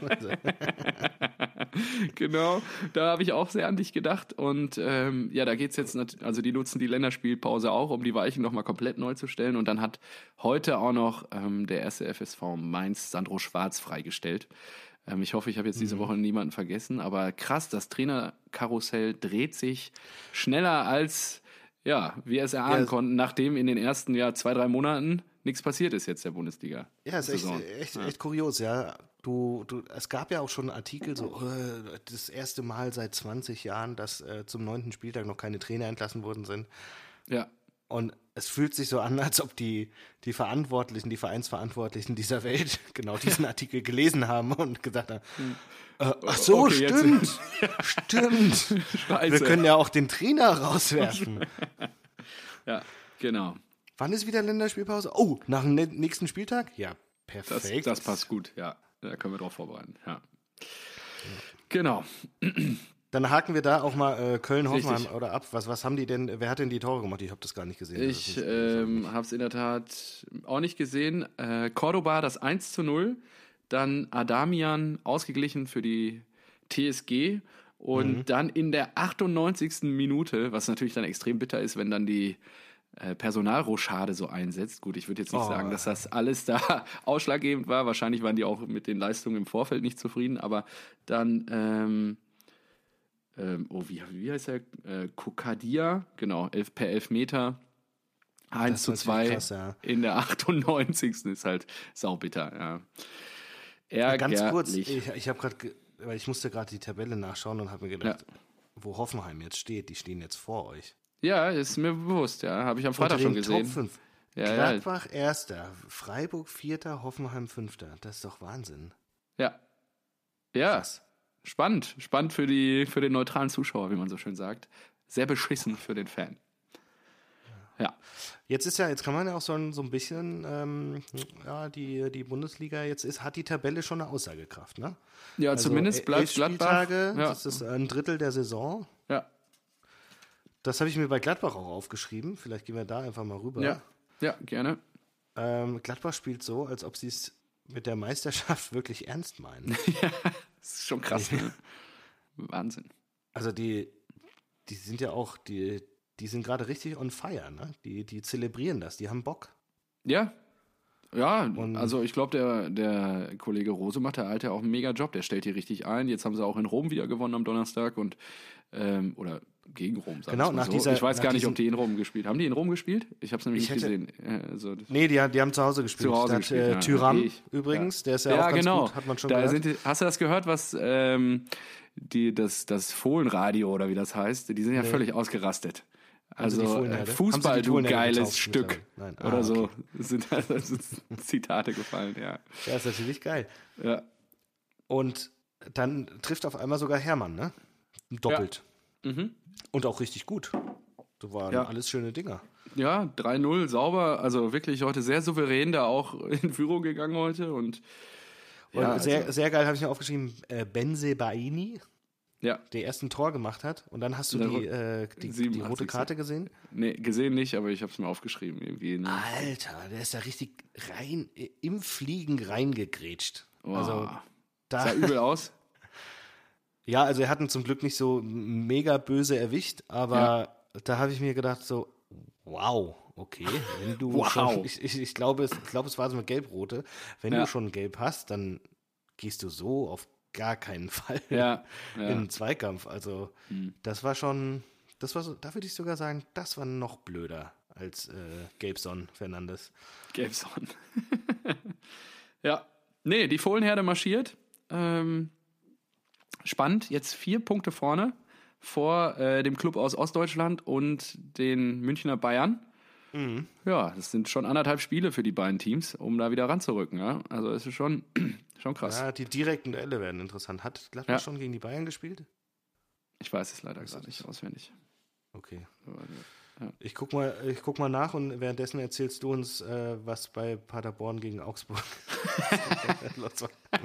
Genau, da habe ich auch sehr an dich gedacht. Und da geht's jetzt, also die nutzen die Länderspielpause auch, um die Weichen nochmal komplett neu zu stellen. Und dann hat heute auch noch der erste FSV Mainz Sandro Schwarz freigestellt. Ich hoffe, ich habe jetzt diese Woche niemanden vergessen, aber krass, das Trainerkarussell dreht sich schneller als wir es erahnen konnten, nachdem in den ersten 2-3 Monaten nichts passiert ist jetzt der Bundesliga. Ja, ist echt kurios, ja. Es gab ja auch schon Artikel, so das erste Mal seit 20 Jahren, dass zum 9. Spieltag noch keine Trainer entlassen worden sind. Ja. Und es fühlt sich so an, als ob die Vereinsverantwortlichen dieser Welt genau diesen Artikel gelesen haben und gesagt haben, ach so, okay, stimmt. Scheiße. Wir können ja auch den Trainer rauswerfen. Ja, genau. Wann ist wieder Länderspielpause? Oh, nach dem nächsten Spieltag? Ja, perfekt. Das passt gut, ja. Da können wir drauf vorbereiten, ja. Genau. Dann haken wir da auch mal Köln-Hoffenheim oder ab. Was haben die denn, wer hat denn die Tore gemacht? Ich habe das gar nicht gesehen. Ich habe es in der Tat auch nicht gesehen. Cordoba das 1:0, dann Adamian ausgeglichen für die TSG und dann in der 98. Minute, was natürlich dann extrem bitter ist, wenn dann die Personalrochade so einsetzt. Gut, ich würde jetzt nicht sagen, dass das alles da ausschlaggebend war. Wahrscheinlich waren die auch mit den Leistungen im Vorfeld nicht zufrieden, aber dann wie heißt er? Kokadia, genau, per Elfmeter. 1:2 krass, ja. In der 98. ist halt saubitter, ja. Ärgerlich. Ganz kurz, ich habe gerade, weil ich musste gerade die Tabelle nachschauen und habe mir gedacht, wo Hoffenheim jetzt steht, die stehen jetzt vor euch. Ja, ist mir bewusst, ja, habe ich am Freitag schon gesehen. Top 5. Gladbach Erster, Freiburg Vierter, Hoffenheim Fünfter. Das ist doch Wahnsinn. Ja. Ja. Krass. Spannend für den neutralen Zuschauer, wie man so schön sagt. Sehr beschissen für den Fan. Ja. Jetzt kann man ja auch so ein bisschen, die Bundesliga hat die Tabelle schon eine Aussagekraft, ne? Ja, also zumindest bleibt Gladbach. Das ist ein Drittel der Saison. Ja. Das habe ich mir bei Gladbach auch aufgeschrieben. Vielleicht gehen wir da einfach mal rüber. Ja, gerne. Gladbach spielt so, als ob sie es mit der Meisterschaft wirklich ernst meinen. Ja, das ist schon krass. Ne? Wahnsinn. Also die sind ja auch, die sind gerade richtig on fire, ne? Die zelebrieren das, die haben Bock. Ja. Ja, also ich glaube, der Kollege Rose macht der Alte auch einen mega Job. Der stellt die richtig ein. Jetzt haben sie auch in Rom wieder gewonnen am Donnerstag und oder gegen Rom. Genau, nach dieser, ich weiß gar nicht, ob die in Rom gespielt haben. Haben die in Rom gespielt? Ich habe es nämlich nicht gesehen. Nee, die haben zu Hause gespielt. Zu Hause gespielt, Tyram übrigens, der ist ja auch ganz gut, hat man schon gehört. Hast du das gehört, was das Fohlenradio oder wie das heißt? Die sind ja völlig ausgerastet. Also Fußball, du geiles Stück. Nein. Oder so sind also Zitate gefallen, ja. Ja, ist natürlich geil. Ja. Und dann trifft auf einmal sogar Hermann, ne? Doppelt. Ja. Mhm. Und auch richtig gut. Das waren alles schöne Dinger. Ja, 3-0, sauber. Also wirklich heute sehr souverän da auch in Führung gegangen heute. Und sehr geil habe ich mir aufgeschrieben, Benze Baini, der ersten Tor gemacht hat. Und dann hast du die rote Karte gesehen? Nee, gesehen nicht, aber ich habe es mir aufgeschrieben. Irgendwie. Alter, der ist da richtig rein, im Fliegen reingegrätscht. Wow. Also, sah übel aus. Ja, also er hat ihn zum Glück nicht so mega böse erwischt, aber da habe ich mir gedacht so, wow, okay, wenn du schon, ich glaube, es war so eine gelb-rote, wenn du schon gelb hast, dann gehst du so auf gar keinen Fall in den Zweikampf. Also das war schon, da würde ich sogar sagen, das war noch blöder als Gelbson Fernandes. Gelbson. Ja, nee, die Fohlenherde marschiert. Spannend, jetzt 4 Punkte vorne vor dem Club aus Ostdeutschland und den Münchner Bayern. Mhm. Ja, das sind schon 1,5 Spiele für die beiden Teams, um da wieder ranzurücken. Ja? Also es ist schon krass. Ja, die direkten Duelle werden interessant. Hat Gladbach schon gegen die Bayern gespielt? Ich weiß es leider gerade nicht auswendig. Okay. Ja. Ich guck mal nach und währenddessen erzählst du uns, was bei Paderborn gegen Augsburg los war.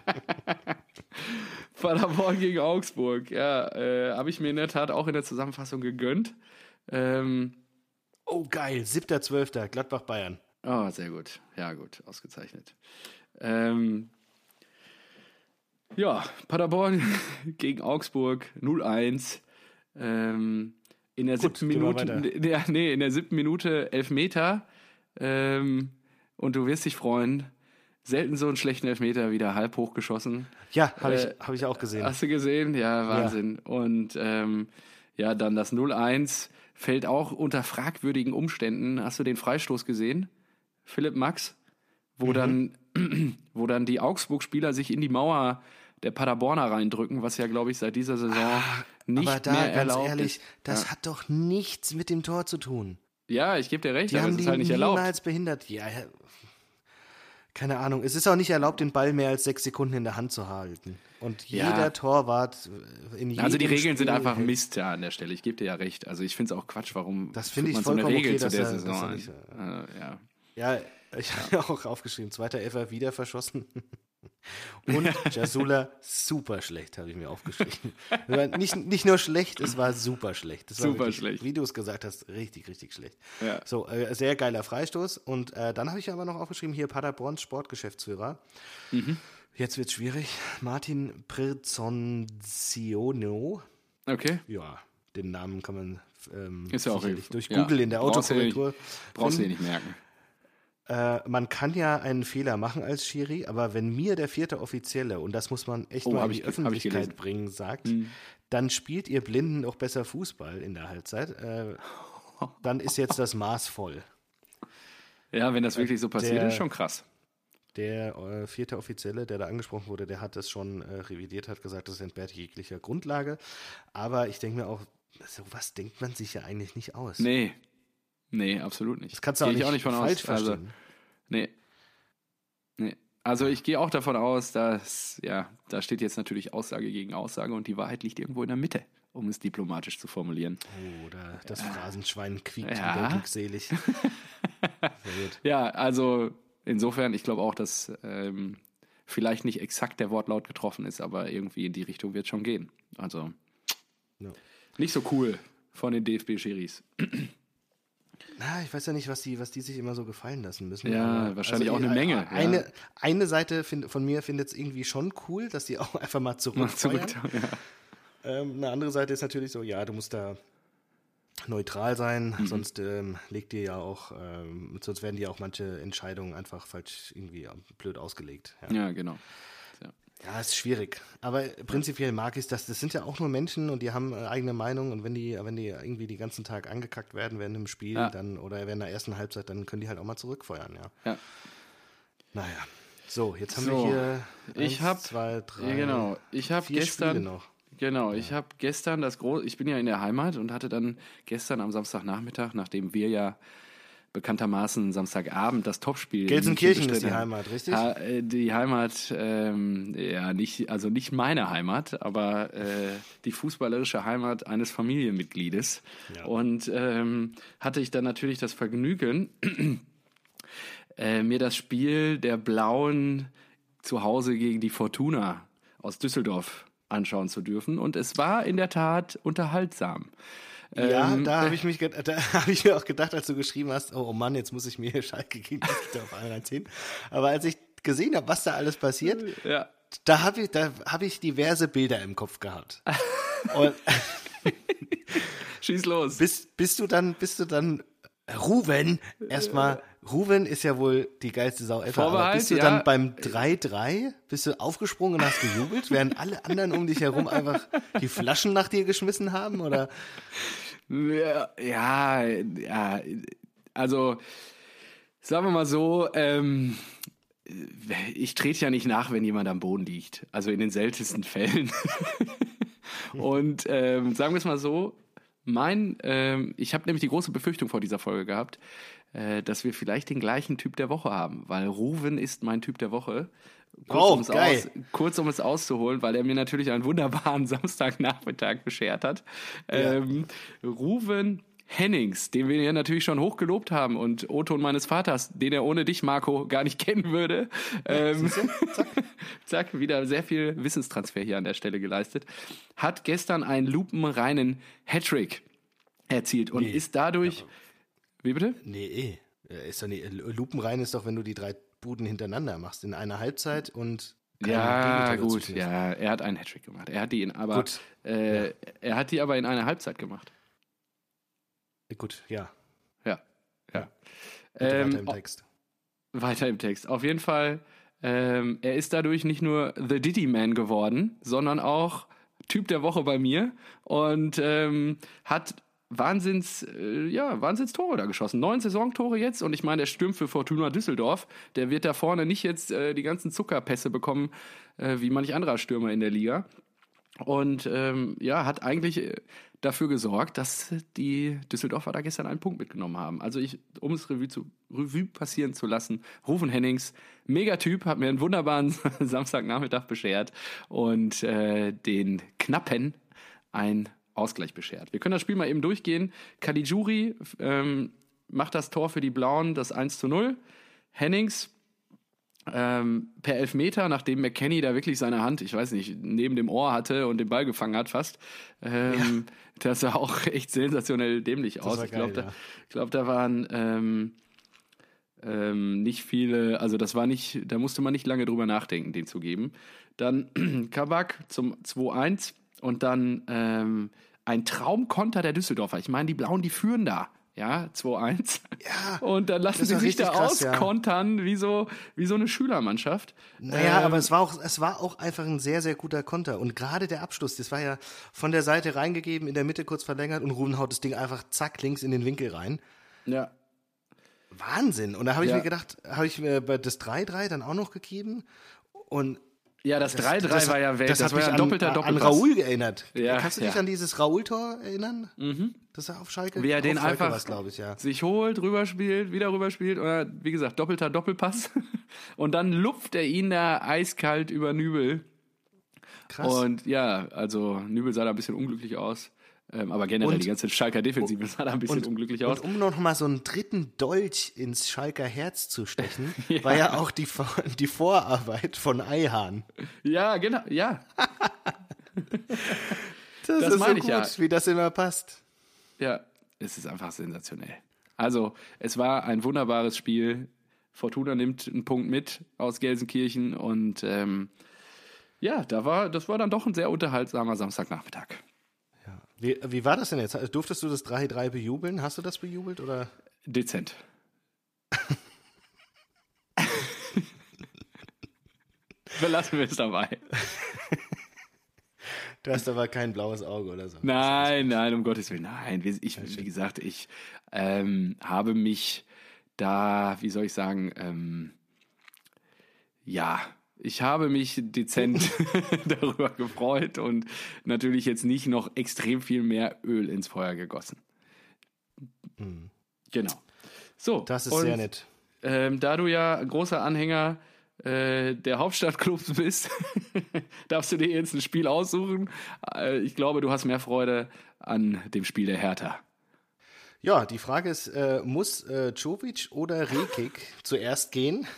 Paderborn gegen Augsburg, ja, habe ich mir in der Tat auch in der Zusammenfassung gegönnt. Oh geil, 7.12. Gladbach-Bayern. Oh, sehr gut. Ja gut, ausgezeichnet. Paderborn gegen Augsburg 0-1. In der 7. Minute, in der 7. Minute Elfmeter. Und du wirst dich freuen. Selten so einen schlechten Elfmeter wieder halb hoch geschossen. Ja, hab ich auch gesehen. Hast du gesehen? Ja, Wahnsinn. Ja. Und dann das 0-1 fällt auch unter fragwürdigen Umständen. Hast du den Freistoß gesehen? Philipp Max? Wo dann die Augsburg-Spieler sich in die Mauer der Paderborner reindrücken, was ja, glaube ich, seit dieser Saison nicht mehr erlaubt ist. Aber ganz ehrlich, das hat doch nichts mit dem Tor zu tun. Ja, ich gebe dir recht, die aber haben es ist halt nicht erlaubt. Niemals behindert. Ja, keine Ahnung. Es ist auch nicht erlaubt, den Ball mehr als 6 Sekunden in der Hand zu halten. Und jeder Torwart in jedem Also die Regeln sind einfach Mist an der Stelle. Ich gebe dir ja recht. Also ich finde es auch Quatsch, warum das finde ich man so eine vollkommen Regel okay, zu der dass Saison nicht, ja. Ja, ich habe auch aufgeschrieben. 2. Elfer wieder verschossen. Und Jasula super schlecht, habe ich mir aufgeschrieben. Nicht nur schlecht, es war super schlecht. Das war super wirklich, schlecht. Wie du es gesagt hast, richtig, richtig schlecht. Ja. So, sehr geiler Freistoß. Und dann habe ich aber noch aufgeschrieben, hier Paderborns Sportgeschäftsführer. Mhm. Jetzt wird's schwierig. Martin Pirzonziono. Okay. Ja, den Namen kann man ist ja auch durch Google in der Autokorrektur brauchst du dir nicht merken. Man kann ja einen Fehler machen als Schiri, aber wenn mir der 4. Offizielle, und das muss man echt mal in die Öffentlichkeit bringen, sagt, dann spielt ihr Blinden auch besser Fußball in der Halbzeit, dann ist jetzt das Maß voll. Ja, wenn das wirklich so passiert, ist schon krass. Der 4. Offizielle, der da angesprochen wurde, der hat das schon revidiert, hat gesagt, das entbehrt jeglicher Grundlage. Aber ich denke mir auch, sowas denkt man sich ja eigentlich nicht aus. Nee, absolut nicht. Das kannst du auch nicht von falsch verstehen. Also, nee. Also ich gehe auch davon aus, dass, da steht jetzt natürlich Aussage gegen Aussage und die Wahrheit liegt irgendwo in der Mitte, um es diplomatisch zu formulieren. Oh, das Phrasenschwein quiekt wieder glückselig. Sehr gut. Ja, also insofern, ich glaube auch, dass vielleicht nicht exakt der Wortlaut getroffen ist, aber irgendwie in die Richtung wird es schon gehen. Also nicht so cool von den DFB-Schiris. Ich weiß ja nicht, was die sich immer so gefallen lassen müssen. Ja, wahrscheinlich auch eine Menge. Eine Seite von mir findet es irgendwie schon cool, dass die auch einfach mal zurückfeuern. Eine andere Seite ist natürlich so, du musst da neutral sein, sonst legt dir ja auch, sonst werden dir auch manche Entscheidungen einfach falsch irgendwie blöd ausgelegt. Ja, genau. Ja, ist schwierig. Aber prinzipiell mag ich das. Das sind ja auch nur Menschen und die haben eigene Meinung. Und wenn die irgendwie den ganzen Tag angekackt werden während dem Spiel dann oder während der ersten Halbzeit, dann können die halt auch mal zurückfeuern, ja. Naja. So, jetzt haben wir hier 2, 3, genau. Ich habe gestern Spiele noch. Genau, ich habe gestern ich bin ja in der Heimat und hatte dann gestern am Samstagnachmittag, nachdem wir ja bekanntermaßen Samstagabend das Topspiel. Gelsenkirchen ist die Heimat, richtig? Die Heimat, nicht meine Heimat, aber die fußballerische Heimat eines Familienmitgliedes. Ja. Und hatte ich dann natürlich das Vergnügen, mir das Spiel der Blauen zu Hause gegen die Fortuna aus Düsseldorf anschauen zu dürfen. Und es war in der Tat unterhaltsam. Ja, da habe ich mir auch gedacht, als du geschrieben hast, oh Mann, jetzt muss ich mir hier Schalke gegen Düsseldorf einziehen. Aber als ich gesehen habe, was da alles passiert, da hab ich diverse Bilder im Kopf gehabt. Und schieß los. Bist du dann Ruven, erstmal, Ruven ist ja wohl die geilste Sau ever, aber bist du dann beim 3-3, bist du aufgesprungen und hast gejubelt, während alle anderen um dich herum einfach die Flaschen nach dir geschmissen haben, oder? Ja, also, sagen wir mal so, ich trete ja nicht nach, wenn jemand am Boden liegt, also in den seltensten Fällen. Und sagen wir es mal so, ich habe nämlich die große Befürchtung vor dieser Folge gehabt, dass wir vielleicht den gleichen Typ der Woche haben, weil Ruven ist mein Typ der Woche. Kurz um es auszuholen, weil er mir natürlich einen wunderbaren Samstagnachmittag beschert hat. Ruven Hennings, den wir ja natürlich schon hochgelobt haben und O-Ton meines Vaters, den er ohne dich, Marco, gar nicht kennen würde. Zack, wieder sehr viel Wissenstransfer hier an der Stelle geleistet. Hat gestern einen lupenreinen Hattrick erzielt und ist dadurch... Wie bitte? Nee, ist doch nicht, lupenrein ist doch, wenn du die 3 Buden hintereinander machst in einer Halbzeit und... Ja, gut, ja, er hat einen Hattrick gemacht. Er hat die aber in einer Halbzeit gemacht. Gut, ja. Ja. Weiter im Text. Weiter im Text. Auf jeden Fall, er ist dadurch nicht nur The Diddy Man geworden, sondern auch Typ der Woche bei mir und hat Wahnsinns Tore da geschossen. 9 Saisontore jetzt und ich meine, der stürmt für Fortuna Düsseldorf. Der wird da vorne nicht jetzt die ganzen Zuckerpässe bekommen, wie manch anderer Stürmer in der Liga. Und hat eigentlich dafür gesorgt, dass die Düsseldorfer da gestern einen Punkt mitgenommen haben. Also um es Revue passieren zu lassen, Ruven Hennings, Megatyp, hat mir einen wunderbaren Samstagnachmittag beschert und den Knappen ein Ausgleich beschert. Wir können das Spiel mal eben durchgehen. Caligiuri macht das Tor für die Blauen, das 1:0. Hennings per Elfmeter, nachdem McKennie da wirklich seine Hand, ich weiß nicht, neben dem Ohr hatte und den Ball gefangen hat fast. Das sah auch echt sensationell dämlich aus. Ich glaube, da waren nicht viele, also da musste man nicht lange drüber nachdenken, den zu geben. Dann Kabak zum 2:1 und dann ein Traumkonter der Düsseldorfer. Ich meine, die Blauen, die führen da. Ja, 2:1. Ja, und dann lassen sie sich da auskontern, wie so eine Schülermannschaft. Naja, aber es war auch einfach ein sehr, sehr guter Konter. Und gerade der Abschluss, das war ja von der Seite reingegeben, in der Mitte kurz verlängert und Ruben haut das Ding einfach zack links in den Winkel rein. Ja. Wahnsinn. Und da habe ich mir gedacht, habe ich mir das 3:3 dann auch noch gegeben und ja, das 3:3 war ja Welt. Das hat mich an Raoul erinnert. Ja, kannst du dich an dieses Raoul-Tor erinnern? Mhm. Das war auf Schalke? Wie er den einfach ich, sich holt, rüberspielt, wieder rüberspielt. Oder wie gesagt, doppelter Doppelpass. Und dann lupft er ihn da eiskalt über Nübel. Krass. Und ja, also Nübel sah da ein bisschen unglücklich aus. Aber generell die ganze Schalker Defensive sah da ein bisschen unglücklich aus. Und um noch mal so einen dritten Dolch ins Schalker Herz zu stechen, war ja auch die Vorarbeit von Eihahn. Ja, genau, ja. das ist meine so gut, wie das immer passt. Ja, es ist einfach sensationell. Also, es war ein wunderbares Spiel. Fortuna nimmt einen Punkt mit aus Gelsenkirchen und das war dann doch ein sehr unterhaltsamer Samstagnachmittag. Wie war das denn jetzt? Durftest du das 3:3 bejubeln? Hast du das bejubelt oder? Belassen wir es dabei. Du hast aber kein blaues Auge oder so. Nein, um Gottes Willen, nein. Wie gesagt, ich habe mich da, wie soll ich sagen, ich habe mich dezent darüber gefreut und natürlich jetzt nicht noch extrem viel mehr Öl ins Feuer gegossen. Genau. So. Das ist sehr nett. Da du ja großer Anhänger der Hauptstadtclubs bist, darfst du dir jetzt ein Spiel aussuchen. Ich glaube, du hast mehr Freude an dem Spiel der Hertha. Ja, die Frage ist, muss Jovic oder Rekik zuerst gehen?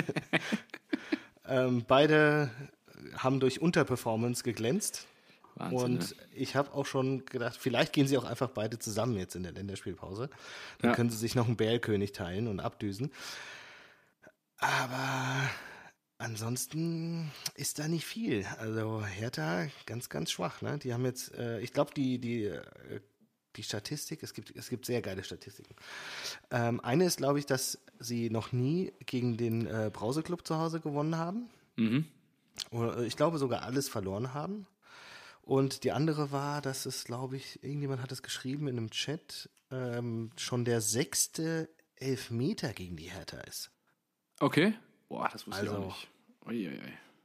Beide haben durch Unterperformance geglänzt. Wahnsinn, und ich habe auch schon gedacht, vielleicht gehen sie auch einfach beide zusammen jetzt in der Länderspielpause. Dann können sie sich noch einen Bärkönig teilen und abdüsen. Aber ansonsten ist da nicht viel. Also Hertha ganz, ganz schwach. Ne? Die haben jetzt, ich glaube, die Statistik, es gibt sehr geile Statistiken. Eine ist, glaube ich, dass sie noch nie gegen den Brause-Club zu Hause gewonnen haben. Oder ich glaube sogar alles verloren haben. Und die andere war, dass es, glaube ich, irgendjemand hat es geschrieben in einem Chat, schon der 6. Elfmeter gegen die Hertha ist. Okay. Boah, das wusste ich auch nicht. Uiuiui.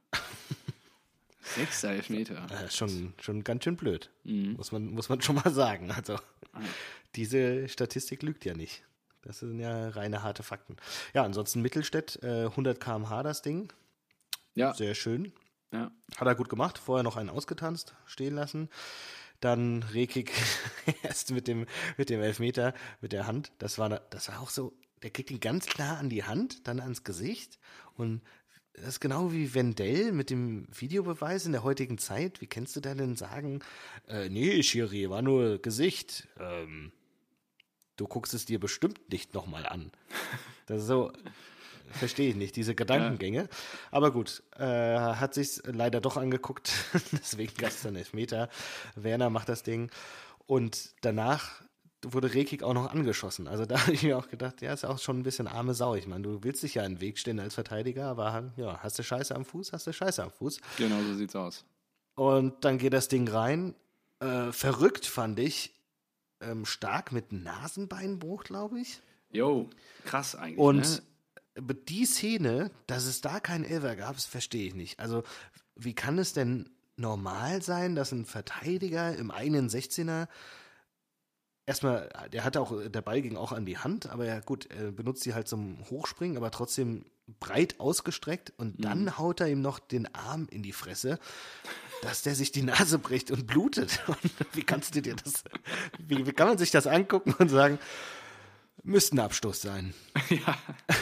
6. Elfmeter. Schon ganz schön blöd. Muss man schon mal sagen. Also diese Statistik lügt ja nicht. Das sind ja reine harte Fakten. Ja, ansonsten Mittelstädt, 100 km/h das Ding. Ja. Sehr schön. Ja. Hat er gut gemacht. Vorher noch einen ausgetanzt, stehen lassen. Dann Rekik erst mit dem Elfmeter, mit der Hand. Das war auch so, der kriegt ihn ganz klar an die Hand, dann ans Gesicht. Und das ist genau wie Wendell mit dem Videobeweis in der heutigen Zeit. Wie kannst du da denn sagen, nee, Schiri, war nur Gesicht. Du guckst es dir bestimmt nicht nochmal an. Das ist so, verstehe ich nicht, diese Gedankengänge. Ja. Aber gut, hat sich's leider doch angeguckt. Deswegen gab es dann Elfmeter. Werner macht das Ding. Und danach wurde Rekik auch noch angeschossen. Also da habe ich mir auch gedacht, ja, ist auch schon ein bisschen arme Sau. Ich meine, du willst dich ja in den Weg stehen als Verteidiger, aber ja, hast du Scheiße am Fuß, hast du Scheiße am Fuß. Genau, so sieht's aus. Und dann geht das Ding rein. Verrückt fand ich, stark mit Nasenbeinbruch, glaube ich. Jo, krass eigentlich. Und die Szene, dass es da keinen Elfer gab, das verstehe ich nicht. Also wie kann es denn normal sein, dass ein Verteidiger im eigenen 16er erstmal, der Ball ging auch an die Hand, aber ja gut, er benutzt sie halt zum Hochspringen, aber trotzdem breit ausgestreckt und dann haut er ihm noch den Arm in die Fresse, dass der sich die Nase bricht und blutet. Und wie kannst du dir das, wie kann man sich das angucken und sagen, müsste ein Abstoß sein. Ja.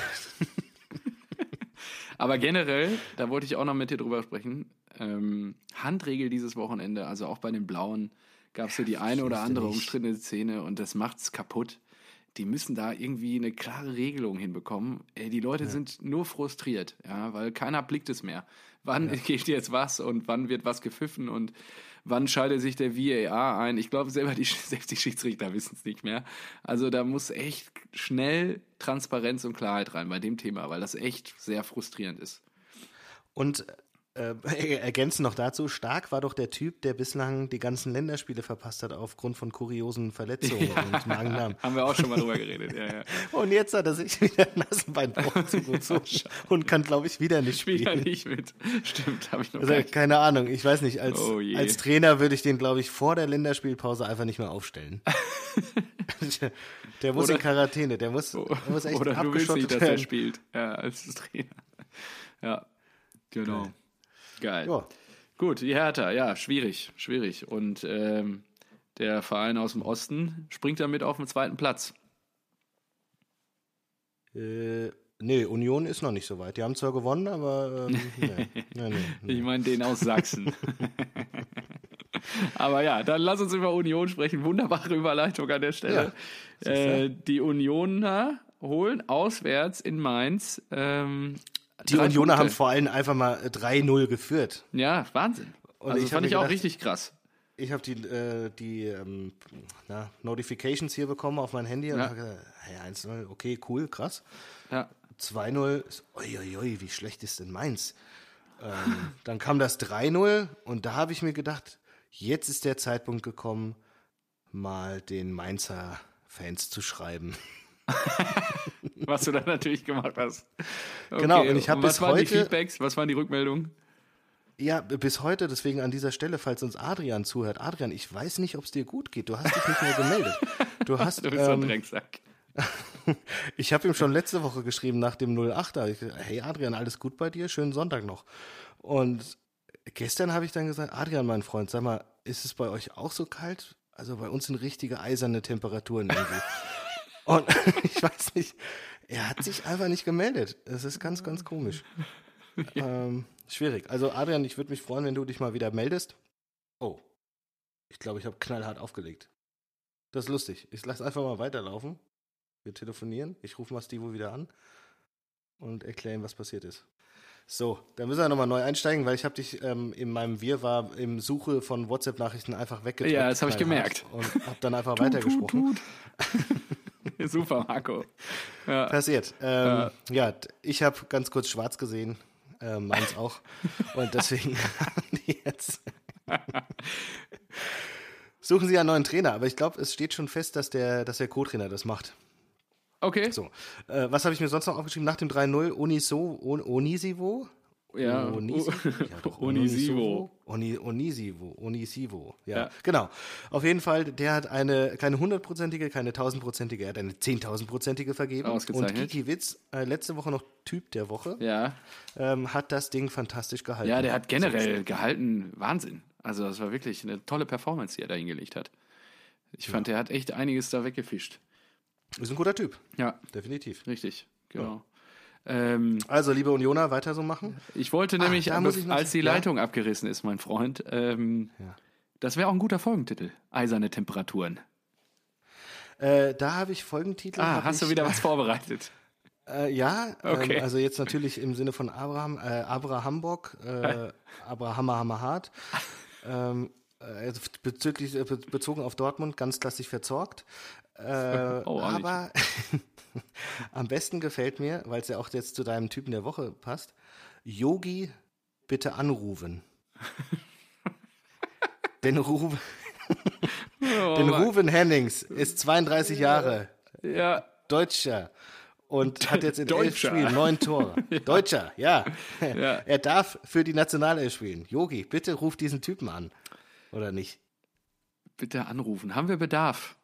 Aber generell, da wollte ich auch noch mit dir drüber sprechen, Handregel dieses Wochenende, also auch bei den Blauen, gab es so die eine oder andere umstrittene Szene und das macht's kaputt. Die müssen da irgendwie eine klare Regelung hinbekommen. Die Leute sind nur frustriert, ja, weil keiner blickt es mehr. Wann geht jetzt was und wann wird was gepfiffen und wann schaltet sich der VAR ein? Ich glaube, selbst die Schiedsrichter wissen es nicht mehr. Also da muss echt schnell Transparenz und Klarheit rein bei dem Thema, weil das echt sehr frustrierend ist. Und ergänzend noch dazu, Stark war doch der Typ, der bislang die ganzen Länderspiele verpasst hat aufgrund von kuriosen Verletzungen und Magen-Darm. Haben wir auch schon mal drüber geredet, ja. Und jetzt hat er sich wieder Nasenbeinbruch zugezogen und kann, glaube ich, wieder nicht spielen. Wieder nicht mit. Stimmt, habe ich noch also, keine Ahnung, ich weiß nicht, als Trainer würde ich den, glaube ich, vor der Länderspielpause einfach nicht mehr aufstellen. Der muss in Quarantäne, der muss echt oder abgeschottet du willst nicht, dass er spielt, als Trainer. Ja, genau. Geil. Ja. Gut, die Hertha, ja, schwierig. Und der Verein aus dem Osten springt damit auf den 2. Platz. Nee, Union ist noch nicht so weit. Die haben zwar gewonnen, aber nee. Ich meine den aus Sachsen. Aber ja, dann lass uns über Union sprechen. Wunderbare Überleitung an der Stelle. Ja, die Unioner holen auswärts in Mainz die Unioner haben vor allem einfach mal 3-0 geführt. Ja, Wahnsinn. Und also fand ich auch richtig krass. Ich habe die Notifications hier bekommen auf mein Handy und habe gesagt, hey, 1-0, okay, cool, krass. Ja. 2-0, uiuiui, wie schlecht ist denn Mainz? Dann kam das 3-0 und da habe ich mir gedacht, jetzt ist der Zeitpunkt gekommen, mal den Mainzer Fans zu schreiben. Was du dann natürlich gemacht hast. Okay. Genau, und ich habe bis waren heute... die Feedbacks, was waren die Rückmeldungen? Ja, bis heute, deswegen an dieser Stelle, falls uns Adrian zuhört. Adrian, ich weiß nicht, ob es dir gut geht. Du hast dich nicht mehr gemeldet. Du bist so ein Drecksack. Ich habe ihm schon letzte Woche geschrieben, nach dem 08er. Hey Adrian, alles gut bei dir? Schönen Sonntag noch. Und gestern habe ich dann gesagt, Adrian, mein Freund, sag mal, ist es bei euch auch so kalt? Also bei uns sind richtige eiserne Temperaturen irgendwie. Und ich weiß nicht, er hat sich einfach nicht gemeldet. Es ist ganz, ganz komisch. Ja. Schwierig. Also Adrian, ich würde mich freuen, wenn du dich mal wieder meldest. Oh, ich glaube, ich habe knallhart aufgelegt. Das ist lustig. Ich lasse einfach mal weiterlaufen. Wir telefonieren. Ich rufe mal Stivo wieder an und erkläre ihm, was passiert ist. So, dann müssen wir nochmal neu einsteigen, weil ich habe dich in meinem Wirrwarr im Suche von WhatsApp-Nachrichten einfach weggedrückt. Ja, das habe ich gemerkt. Und habe dann einfach weitergesprochen. Super, Marco. Ja. Passiert. Ja, ich habe ganz kurz schwarz gesehen. Meins auch. Und deswegen haben die jetzt... Suchen sie einen neuen Trainer, aber ich glaube, es steht schon fest, dass der Co-Trainer das macht. Okay. So, was habe ich mir sonst noch aufgeschrieben? Nach dem 3-0 Onisivo? Ja, Onisivo. Ja, genau. Auf jeden Fall, der hat keine 100%ige, keine 1000%ige, er hat eine 10.000%ige vergeben. Ausgezeichnet. Und Kiki Witz, letzte Woche noch Typ der Woche, ja. Hat das Ding fantastisch gehalten. Ja, der hat generell gehalten, Wahnsinn. Also das war wirklich eine tolle Performance, die er da hingelegt hat. Ich fand, er hat echt einiges da weggefischt. Ist ein guter Typ. Ja. Definitiv. Richtig, genau. Ja. Also, liebe Unioner, weiter so machen. Ich wollte nämlich, als die Leitung abgerissen ist, mein Freund, das wäre auch ein guter Folgentitel. Eiserne Temperaturen. Da habe ich Folgentitel. Hast du wieder was vorbereitet? Ja, okay. Also jetzt natürlich im Sinne von Abrahambock, Abrahamahart. Bezogen auf Dortmund, ganz klassisch verzorgt. Aber am besten gefällt mir, weil es ja auch jetzt zu deinem Typen der Woche passt, Yogi, bitte anrufen. Denn Ruben Hennings ist 32 Jahre, Deutscher. Und hat jetzt in 11 Spielen 9 Tore. Ja. Deutscher, ja. Er darf für die Nationalelf spielen. Yogi, bitte ruf diesen Typen an. Oder nicht? Bitte anrufen. Haben wir Bedarf?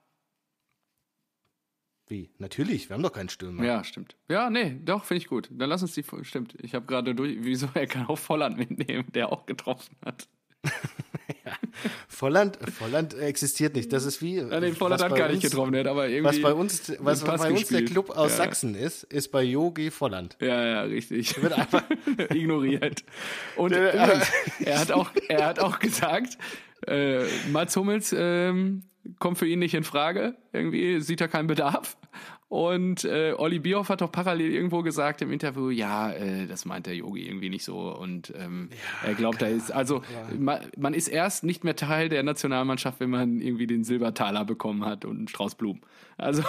Wie? Natürlich, wir haben doch keinen Stürmer. Ja, stimmt. Ja, nee, doch, finde ich gut. Dann lass uns stimmt. Ich habe gerade wieso, er kann auch Volland mitnehmen, der auch getroffen hat. Ja. Volland existiert nicht. Das ist wie. Nee, Volland hat gar nicht getroffen, aber irgendwie. Was bei uns der Club aus Sachsen ist bei Yogi Volland. Ja, richtig. Wird einfach ignoriert. Und er hat auch gesagt, Mats Hummels kommt für ihn nicht in Frage. Irgendwie sieht er keinen Bedarf. Und Olli Bierhoff hat doch parallel irgendwo gesagt im Interview, das meint der Yogi irgendwie nicht so. Und er glaubt, man ist erst nicht mehr Teil der Nationalmannschaft, wenn man irgendwie den Silbertaler bekommen hat und einen Strauß Blumen. Also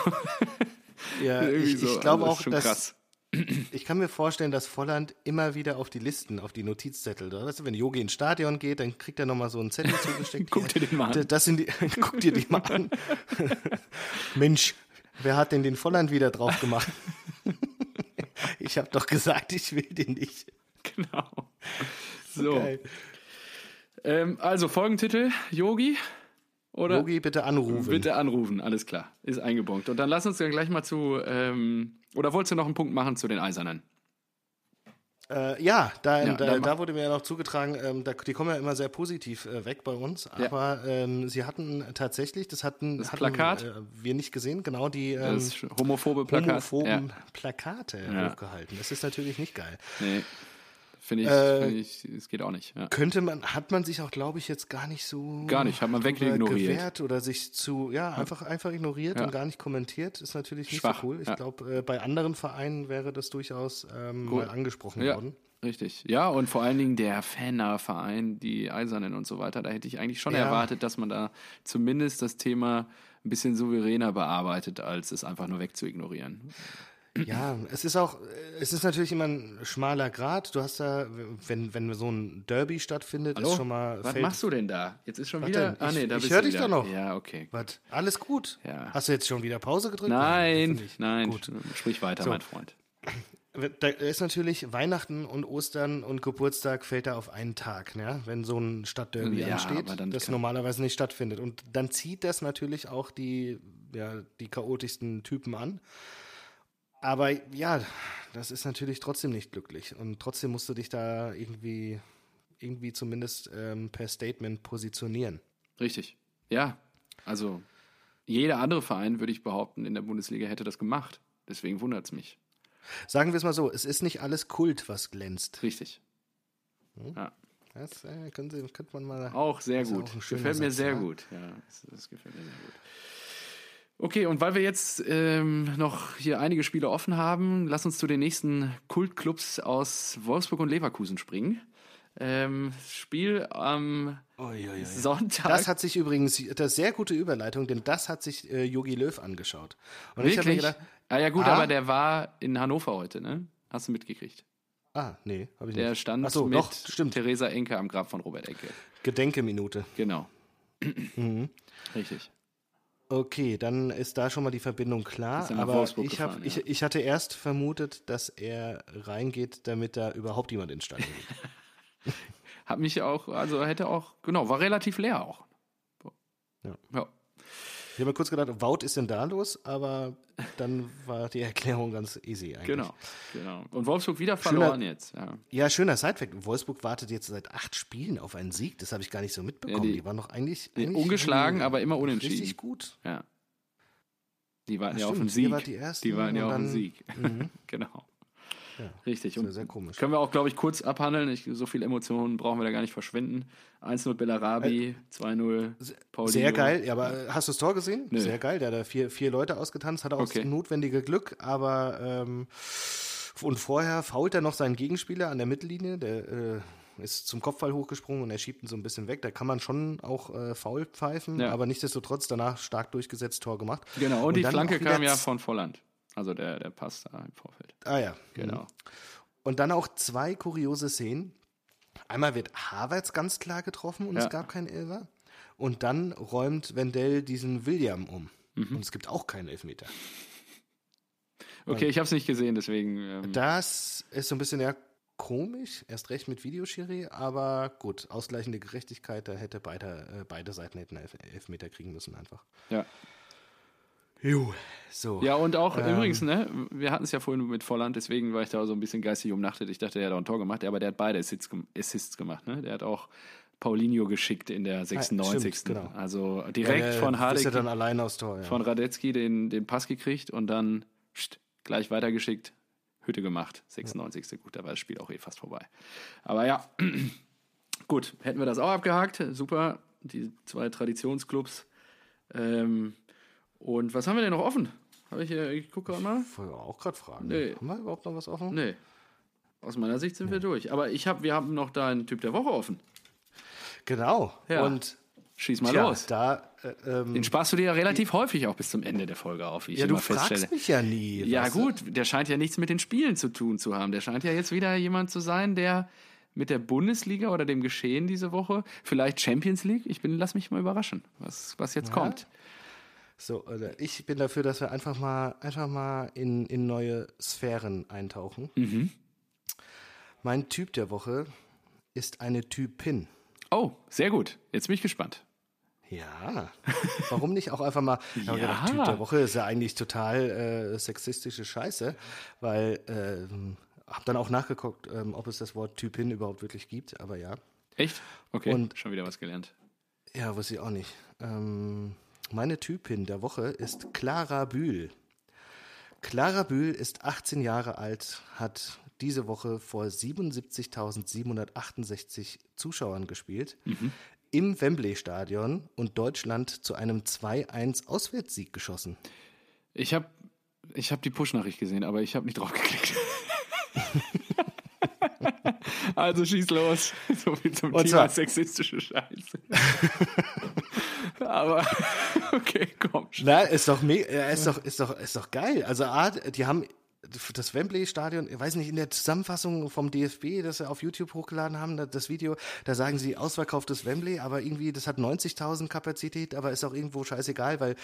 ich glaube auch, dass krass. Ich kann mir vorstellen, dass Volland immer wieder auf die Listen, auf die Notizzettel, weißt du, wenn Yogi ins Stadion geht, dann kriegt er nochmal so einen Zettel zugesteckt. Guck dir den mal an. Guck dir die mal an. Mensch, wer hat denn den Volland wieder drauf gemacht? Ich habe doch gesagt, ich will den nicht. Genau. So. Okay. Also Folgentitel, Yogi? Oder? Yogi, bitte anrufen. Bitte anrufen, alles klar. Ist eingebunkt. Und dann lass uns dann gleich mal oder wolltest du noch einen Punkt machen zu den Eisernen? Da wurde mir ja noch zugetragen, die kommen ja immer sehr positiv weg bei uns, aber sie hatten tatsächlich, das Plakat? Wir nicht gesehen, genau das homophobe Plakat. Plakate hochgehalten. Das ist natürlich nicht geil. Nee. Finde ich, es geht auch nicht. Ja. Hat man sich auch, glaube ich, jetzt gar nicht, hat man wegignoriert. Gewehrt oder sich einfach ignoriert und gar nicht kommentiert, ist natürlich nicht schwach. So cool. Ich glaube, bei anderen Vereinen wäre das durchaus mal angesprochen worden. Richtig. Ja, und vor allen Dingen der fannahe Verein, die Eisernen und so weiter, da hätte ich eigentlich schon erwartet, dass man da zumindest das Thema ein bisschen souveräner bearbeitet, als es einfach nur wegzuignorieren. Ja, es ist natürlich immer ein schmaler Grat. Du hast da, wenn so ein Derby stattfindet, Hallo? ist schon mal. Was machst du denn da? Jetzt ist schon wieder. Denn? Da Ich bist höre du dich wieder. doch noch. Ja, okay. Was? Alles gut? Ja. Hast du jetzt schon wieder Pause gedrückt? Nein. Gut. Sprich weiter, So. mein Freund. Da ist natürlich Weihnachten und Ostern und Geburtstag fällt da auf einen Tag, ne? Wenn so ein Stadtderby Ja, ansteht, aber dann das normalerweise nicht stattfindet. Und dann zieht das natürlich auch die chaotischsten Typen an. Aber ja, das ist natürlich trotzdem nicht glücklich. Und trotzdem musst du dich da irgendwie zumindest per Statement positionieren. Richtig. Ja, also jeder andere Verein, würde ich behaupten, in der Bundesliga hätte das gemacht. Deswegen wundert es mich. Sagen wir es mal so, es ist nicht alles Kult, was glänzt. Richtig. Ja. Das könnte man mal... Auch sehr ist ja gut. auch ein schöner Gefällt mir Satz, sehr ja. gut. Ja, das gefällt mir sehr gut. Okay, und weil wir jetzt noch hier einige Spiele offen haben, lass uns zu den nächsten Kultclubs aus Wolfsburg und Leverkusen springen. Spiel am Sonntag. Das hat sich übrigens, das ist sehr gute Überleitung, denn das hat sich Jogi Löw angeschaut. Und Wirklich? ich habe mir gedacht, ja gut, aber der war in Hannover heute, ne? Hast du mitgekriegt? nee, habe ich nicht. Der stand Ach so, mit doch, stimmt. Theresa Enke am Grab von Robert Enke. Gedenkeminute. Genau. Richtig. Okay, dann ist da schon mal die Verbindung Ist klar. er nach Aber Wolfsburg gefahren, ich hatte erst vermutet, dass er reingeht, damit da überhaupt jemand ins Stadion geht. Hat mich auch, also hätte auch, genau, war relativ leer auch. Ja. Ich habe mir kurz gedacht, Wout ist denn da los? Aber dann war die Erklärung ganz easy eigentlich. Genau. Und Wolfsburg wieder verloren jetzt. Ja, schöner Sidefact. Wolfsburg wartet jetzt seit 8 Spielen auf einen Sieg. Das habe ich gar nicht so mitbekommen. Ja, die waren doch eigentlich ungeschlagen, aber immer unentschieden. Richtig gut. Ja. Die warten ja stimmt, auf den ihr Sieg. wart die Ersten Die warten ja und auf den dann- Sieg. Genau. Ja, Richtig. das ist sehr komisch. Können wir auch, glaube ich, kurz abhandeln. So viel Emotionen brauchen wir da gar nicht verschwenden. 1-0 Bellarabi, 2-0 Paulinho. Sehr geil, ja, aber hast du das Tor gesehen? Nö. Sehr geil, der hat da vier Leute ausgetanzt, hatte auch das notwendige Glück, aber und vorher fault er noch seinen Gegenspieler an der Mittellinie, der ist zum Kopfball hochgesprungen und er schiebt ihn so ein bisschen weg. Da kann man schon auch faul pfeifen, aber nichtsdestotrotz danach stark durchgesetzt, Tor gemacht. Genau, und die dann Flanke auch wieder kam ja von Volland. Also der Pass da im Vorfeld. Ah ja. Genau. Und dann auch 2 kuriose Szenen. Einmal wird Havertz ganz klar getroffen und es gab keinen Elfer. Und dann räumt Wendell diesen William um. Und es gibt auch keinen Elfmeter. Okay, ich habe es nicht gesehen, deswegen. Das ist so ein bisschen komisch, erst recht mit Videoschiri, aber gut, ausgleichende Gerechtigkeit, da hätte beide Seiten hätten Elfmeter kriegen müssen einfach. Ja. So. Ja, und auch übrigens, ne, wir hatten es ja vorhin mit Volland, deswegen war ich da so ein bisschen geistig umnachtet. Ich dachte, er hat auch ein Tor gemacht, aber der hat beide Assists gemacht, ne? Der hat auch Paulinho geschickt in der 96. Stimmt, genau. Also direkt von Ist er dann Hardek, allein aufs Tor, ja. von Radetzky den Pass gekriegt und dann gleich weitergeschickt, Hütte gemacht, 96. Gut, da war das Spiel auch fast vorbei. Aber ja, gut, hätten wir das auch abgehakt, super, die 2 Traditionsclubs. Und was haben wir denn noch offen? Ich gucke gerade mal. Ich wollte auch gerade fragen. Nee. Haben wir überhaupt noch was offen? Nee. Aus meiner Sicht sind wir durch. Aber wir haben noch da einen Typ der Woche offen. Genau. Ja. Und Schieß mal los. Den sparst du dir ja relativ häufig auch bis zum Ende der Folge auf, wie ich du immer feststelle. fragst mich ja nie. Ja weißt du? gut, der scheint ja nichts mit den Spielen zu tun zu haben. Der scheint ja jetzt wieder jemand zu sein, der mit der Bundesliga oder dem Geschehen diese Woche, vielleicht Champions League, lass mich mal überraschen, was jetzt kommt. So, ich bin dafür, dass wir einfach mal in neue Sphären eintauchen. Mein Typ der Woche ist eine Typin. Oh, sehr gut. Jetzt bin ich gespannt. Ja, warum nicht auch einfach mal, Typ der Woche ist ja eigentlich total sexistische Scheiße, weil, hab dann auch nachgeguckt, ob es das Wort Typin überhaupt wirklich gibt, aber ja. Echt? Okay, Und- schon wieder was gelernt. Ja, wusste ich auch nicht. Meine Typin der Woche ist Clara Bühl. Clara Bühl ist 18 Jahre alt, hat diese Woche vor 77.768 Zuschauern gespielt, im Wembley-Stadion und Deutschland zu einem 2-1 Auswärtssieg geschossen. Ich hab die Push-Nachricht gesehen, aber ich habe nicht drauf geklickt. Also schieß los. So viel zum Und Thema zwar- sexistische Scheiße. Aber okay, komm. Na, ist doch geil. Also die haben das Wembley-Stadion, ich weiß nicht, in der Zusammenfassung vom DFB, das sie auf YouTube hochgeladen haben, das Video, da sagen sie ausverkauftes Wembley, aber irgendwie, das hat 90.000 Kapazität, aber ist auch irgendwo scheißegal, weil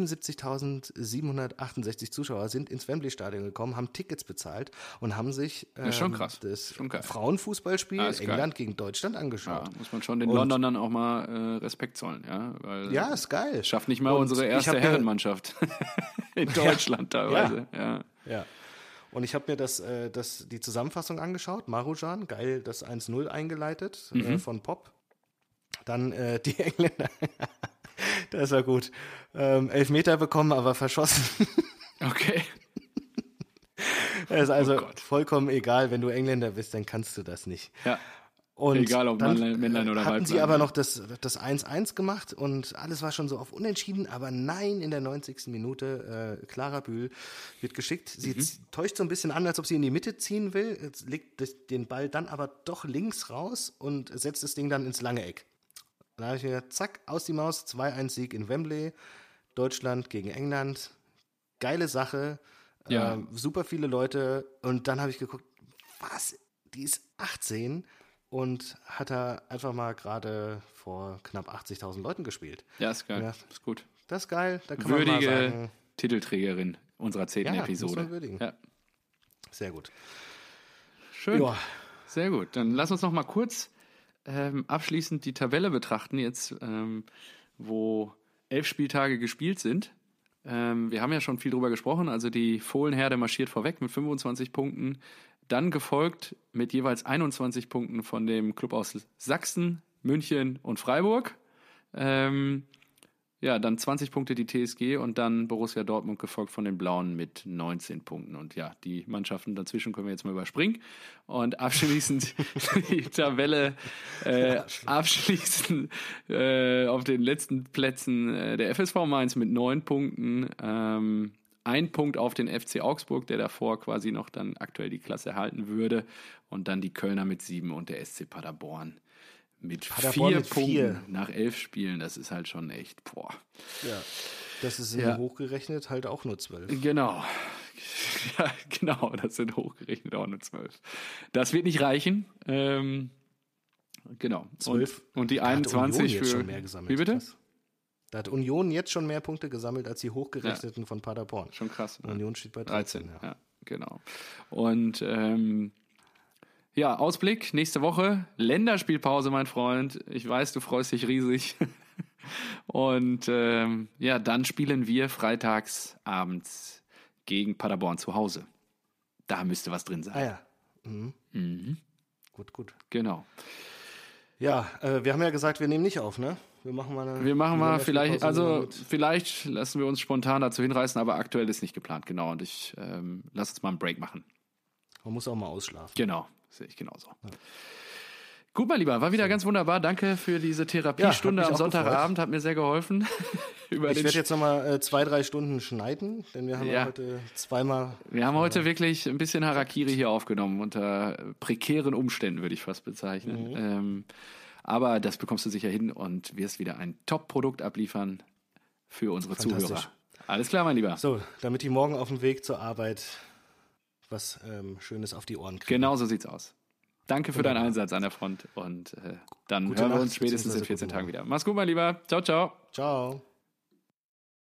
77.768 Zuschauer sind ins Wembley-Stadion gekommen, haben Tickets bezahlt und haben sich schon krass. das schon Frauenfußball-Spiel England gegen Deutschland angeschaut. Ja, muss man schon den Londonern auch mal Respekt zollen, ja. Weil ja, ist geil. Schafft nicht mal unsere erste Herrenmannschaft in Deutschland teilweise. Ja. Und ich habe mir die Zusammenfassung angeschaut. Marujan, geil, das 1-0 eingeleitet von Pop. Dann die Engländer, das war gut. 11 bekommen, aber verschossen. Okay. Das ist also vollkommen egal, wenn du Engländer bist, dann kannst du das nicht. Ja. Und egal, ob Männlein oder Weiblein. Hatten sie aber noch das 1-1 gemacht und alles war schon so auf Unentschieden, aber nein, in der 90. Minute, Clara Bühl wird geschickt. Sie täuscht so ein bisschen an, als ob sie in die Mitte ziehen will, jetzt legt den Ball dann aber doch links raus und setzt das Ding dann ins lange Eck. Da habe ich mir zack, aus die Maus, 2-1-Sieg in Wembley, Deutschland gegen England, geile Sache, super viele Leute und dann habe ich geguckt, was, die ist 18 und hat da einfach mal gerade vor knapp 80.000 Leuten gespielt. Ja, ist geil. Ja, ist gut. Das ist geil. Da kann würdige man mal sagen, Titelträgerin unserer 10. Episode. Muss man würdigen. Ja. Sehr gut. Schön. Ja. Sehr gut. Dann lass uns noch mal kurz abschließend die Tabelle betrachten, jetzt wo 11 Spieltage gespielt sind. Wir haben ja schon viel drüber gesprochen. Also die Fohlenherde marschiert vorweg mit 25 Punkten. Dann gefolgt mit jeweils 21 Punkten von dem Club aus Sachsen, München und Freiburg. Dann 20 Punkte die TSG und dann Borussia Dortmund gefolgt von den Blauen mit 19 Punkten. Und ja, die Mannschaften dazwischen können wir jetzt mal überspringen. Und abschließend die Tabelle, abschließend auf den letzten Plätzen der FSV Mainz mit 9 Punkten. Ein Punkt auf den FC Augsburg, der davor quasi noch dann aktuell die Klasse erhalten würde. Und dann die Kölner mit 7 und der SC Paderborn mit 4 Punkten nach 11 Spielen. Das ist halt schon echt, boah. Ja, das ist hochgerechnet halt auch nur 12. Genau. Ja, genau, das sind hochgerechnet auch nur 12. Das wird nicht reichen. Genau. 12. Und die 21 für... Schon mehr gesammelt. Wie bitte? Krass. Da hat Union jetzt schon mehr Punkte gesammelt als die hochgerechneten von Paderborn. Schon krass. Ne? Union steht bei 13. Ja, genau. Und Ausblick, nächste Woche, Länderspielpause, mein Freund. Ich weiß, du freust dich riesig. Und dann spielen wir freitags abends gegen Paderborn zu Hause. Da müsste was drin sein. Ah ja. Gut. Genau. Ja, wir haben ja gesagt, wir nehmen nicht auf, ne? Wir machen mal vielleicht lassen wir uns spontan dazu hinreißen, aber aktuell ist nicht geplant, genau. Und ich lass uns mal einen Break machen. Man muss auch mal ausschlafen. Genau, sehe ich genauso. Ja. Gut, mein Lieber, war wieder ganz wunderbar. Danke für diese Therapiestunde am Sonntagabend, hat mir sehr geholfen. Ich werde jetzt nochmal 2-3 Stunden schneiden, denn wir haben heute zweimal... Wir haben heute wirklich ein bisschen Harakiri hier aufgenommen, unter prekären Umständen, würde ich fast bezeichnen. Aber das bekommst du sicher hin und wirst wieder ein Top-Produkt abliefern für unsere Zuhörer. Alles klar, mein Lieber. So, damit die morgen auf dem Weg zur Arbeit was Schönes auf die Ohren kriegen. Genau so sieht's aus. Danke für deinen Einsatz an der Front und dann hören wir uns spätestens in 14 Tagen wieder. Mach's gut, mein Lieber. Ciao, ciao. Ciao.